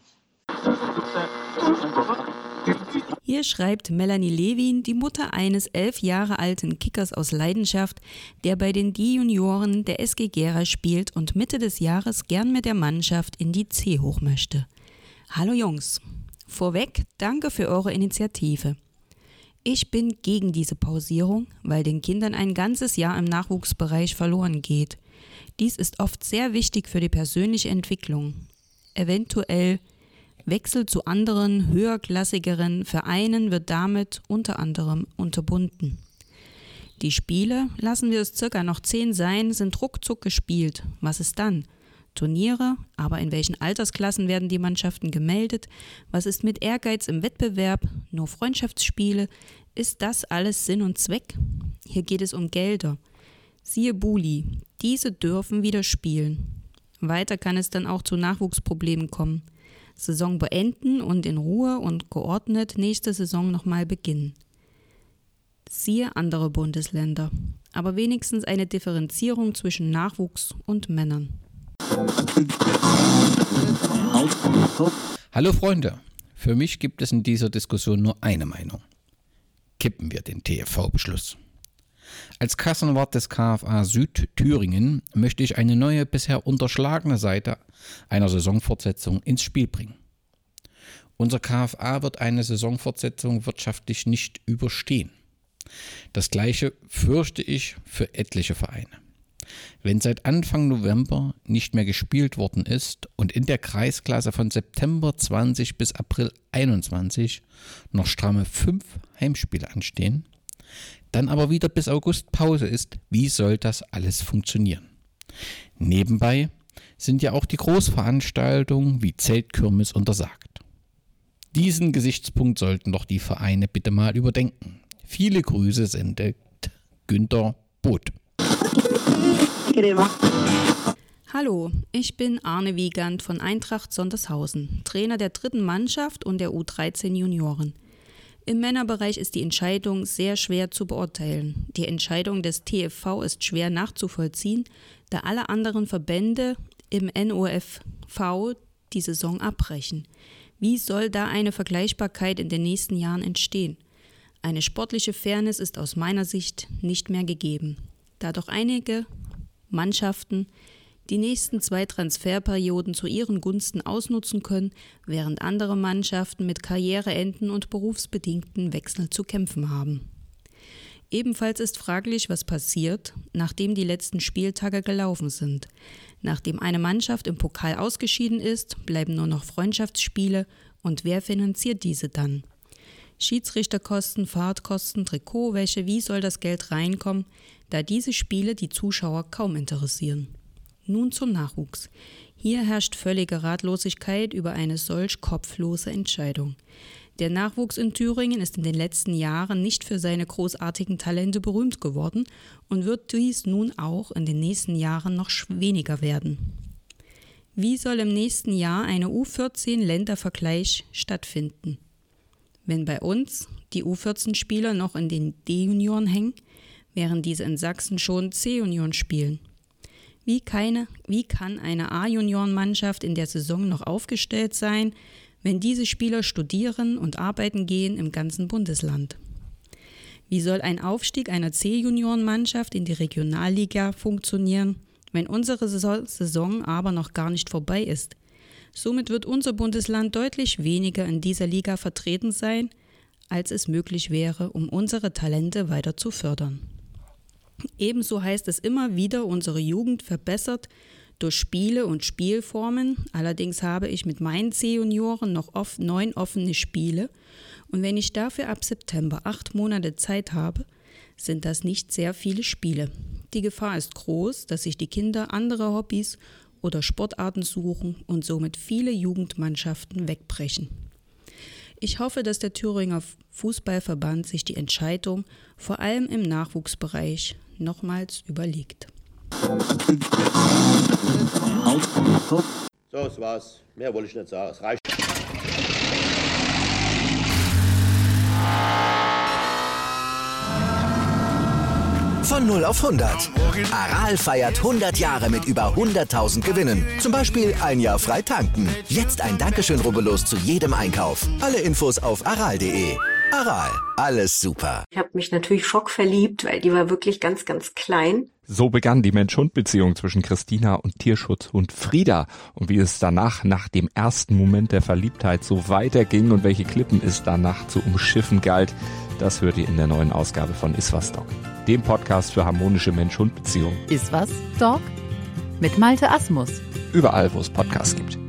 C: Hier schreibt Melanie Lewin, die Mutter eines 11 Jahre alten Kickers aus Leidenschaft, der bei den D-Junioren der SG Gera spielt und Mitte des Jahres gern mit der Mannschaft in die C hoch möchte. Hallo Jungs, vorweg danke für eure Initiative. Ich bin gegen diese Pausierung, weil den Kindern ein ganzes Jahr im Nachwuchsbereich verloren geht. Dies ist oft sehr wichtig für die persönliche Entwicklung. Eventuell Wechsel zu anderen, höherklassigeren Vereinen wird damit unter anderem unterbunden. Die Spiele, lassen wir es circa noch 10 sein, sind ruckzuck gespielt. Was ist dann? Turniere, aber in welchen Altersklassen werden die Mannschaften gemeldet? Was ist mit Ehrgeiz im Wettbewerb? Nur Freundschaftsspiele? Ist das alles Sinn und Zweck? Hier geht es um Gelder. Siehe Buli, diese dürfen wieder spielen. Weiter kann es dann auch zu Nachwuchsproblemen kommen. Saison beenden und in Ruhe und geordnet nächste Saison nochmal beginnen. Siehe andere Bundesländer, aber wenigstens eine Differenzierung zwischen Nachwuchs und Männern.
V: Hallo Freunde, für mich gibt es in dieser Diskussion nur eine Meinung. Kippen wir den TFV-Beschluss. Als Kassenwart des KFA Südthüringen möchte ich eine neue, bisher unterschlagene Seite einer Saisonfortsetzung ins Spiel bringen. Unser KFA wird eine Saisonfortsetzung wirtschaftlich nicht überstehen. Das Gleiche fürchte ich für etliche Vereine. Wenn seit Anfang November nicht mehr gespielt worden ist und in der Kreisklasse von September 20 bis April 21 noch stramme 5 Heimspiele anstehen, dann aber wieder bis August Pause ist, wie soll das alles funktionieren? Nebenbei sind ja auch die Großveranstaltungen wie Zeltkirmes untersagt. Diesen Gesichtspunkt sollten doch die Vereine bitte mal überdenken. Viele Grüße sendet Günter Both.
C: Hallo, ich bin Arne Wiegand von Eintracht Sondershausen, Trainer der 3. Mannschaft und der U13 Junioren. Im Männerbereich ist die Entscheidung sehr schwer zu beurteilen. Die Entscheidung des TFV ist schwer nachzuvollziehen, da alle anderen Verbände im NOFV die Saison abbrechen. Wie soll da eine Vergleichbarkeit in den nächsten Jahren entstehen? Eine sportliche Fairness ist aus meiner Sicht nicht mehr gegeben, da doch einige Mannschaften die nächsten 2 Transferperioden zu ihren Gunsten ausnutzen können, während andere Mannschaften mit Karriereenden und berufsbedingten Wechseln zu kämpfen haben. Ebenfalls ist fraglich, was passiert, nachdem die letzten Spieltage gelaufen sind. Nachdem eine Mannschaft im Pokal ausgeschieden ist, bleiben nur noch Freundschaftsspiele und wer finanziert diese dann? Schiedsrichterkosten, Fahrtkosten, Trikotwäsche, wie soll das Geld reinkommen, da diese Spiele die Zuschauer kaum interessieren? Nun zum Nachwuchs. Hier herrscht völlige Ratlosigkeit über eine solch kopflose Entscheidung. Der Nachwuchs in Thüringen ist in den letzten Jahren nicht für seine großartigen Talente berühmt geworden und wird dies nun auch in den nächsten Jahren noch weniger werden. Wie soll im nächsten Jahr eine U14-Ländervergleich stattfinden? Wenn bei uns die U14-Spieler noch in den D-Junioren hängen, während diese in Sachsen schon C-Junioren spielen. Wie kann eine A-Juniorenmannschaft in der Saison noch aufgestellt sein, wenn diese Spieler studieren und arbeiten gehen im ganzen Bundesland? Wie soll ein Aufstieg einer C-Juniorenmannschaft in die Regionalliga funktionieren, wenn unsere Saison aber noch gar nicht vorbei ist? Somit wird unser Bundesland deutlich weniger in dieser Liga vertreten sein, als es möglich wäre, um unsere Talente weiter zu fördern. Ebenso heißt es immer wieder, unsere Jugend verbessert durch Spiele und Spielformen. Allerdings habe ich mit meinen C-Junioren noch 9 offene Spiele und wenn ich dafür ab September 8 Monate Zeit habe, sind das nicht sehr viele Spiele. Die Gefahr ist groß, dass sich die Kinder andere Hobbys oder Sportarten suchen und somit viele Jugendmannschaften wegbrechen. Ich hoffe, dass der Thüringer Fußballverband sich die Entscheidung, vor allem im Nachwuchsbereich, nochmals überlegt.
B: So, das war's. Mehr wollte ich nicht sagen. Es reicht.
D: Von 0 auf 100. Aral feiert 100 Jahre mit über 100.000 Gewinnen. Zum Beispiel ein Jahr frei tanken. Jetzt ein Dankeschön, rubbellos zu jedem Einkauf. Alle Infos auf aral.de. Aral, alles super.
W: Ich habe mich natürlich schockverliebt, weil die war wirklich ganz, ganz klein.
X: So begann die Mensch-Hund-Beziehung zwischen Christina und Tierschutzhund Frieda. Und wie es danach, nach dem ersten Moment der Verliebtheit, so weiterging und welche Klippen es danach zu umschiffen galt, das hört ihr in der neuen Ausgabe von Iswas Dog, dem Podcast für harmonische Mensch-Hund-Beziehungen.
Y: Iswas Dog? Mit Malte Asmus.
X: Überall, wo es Podcasts gibt.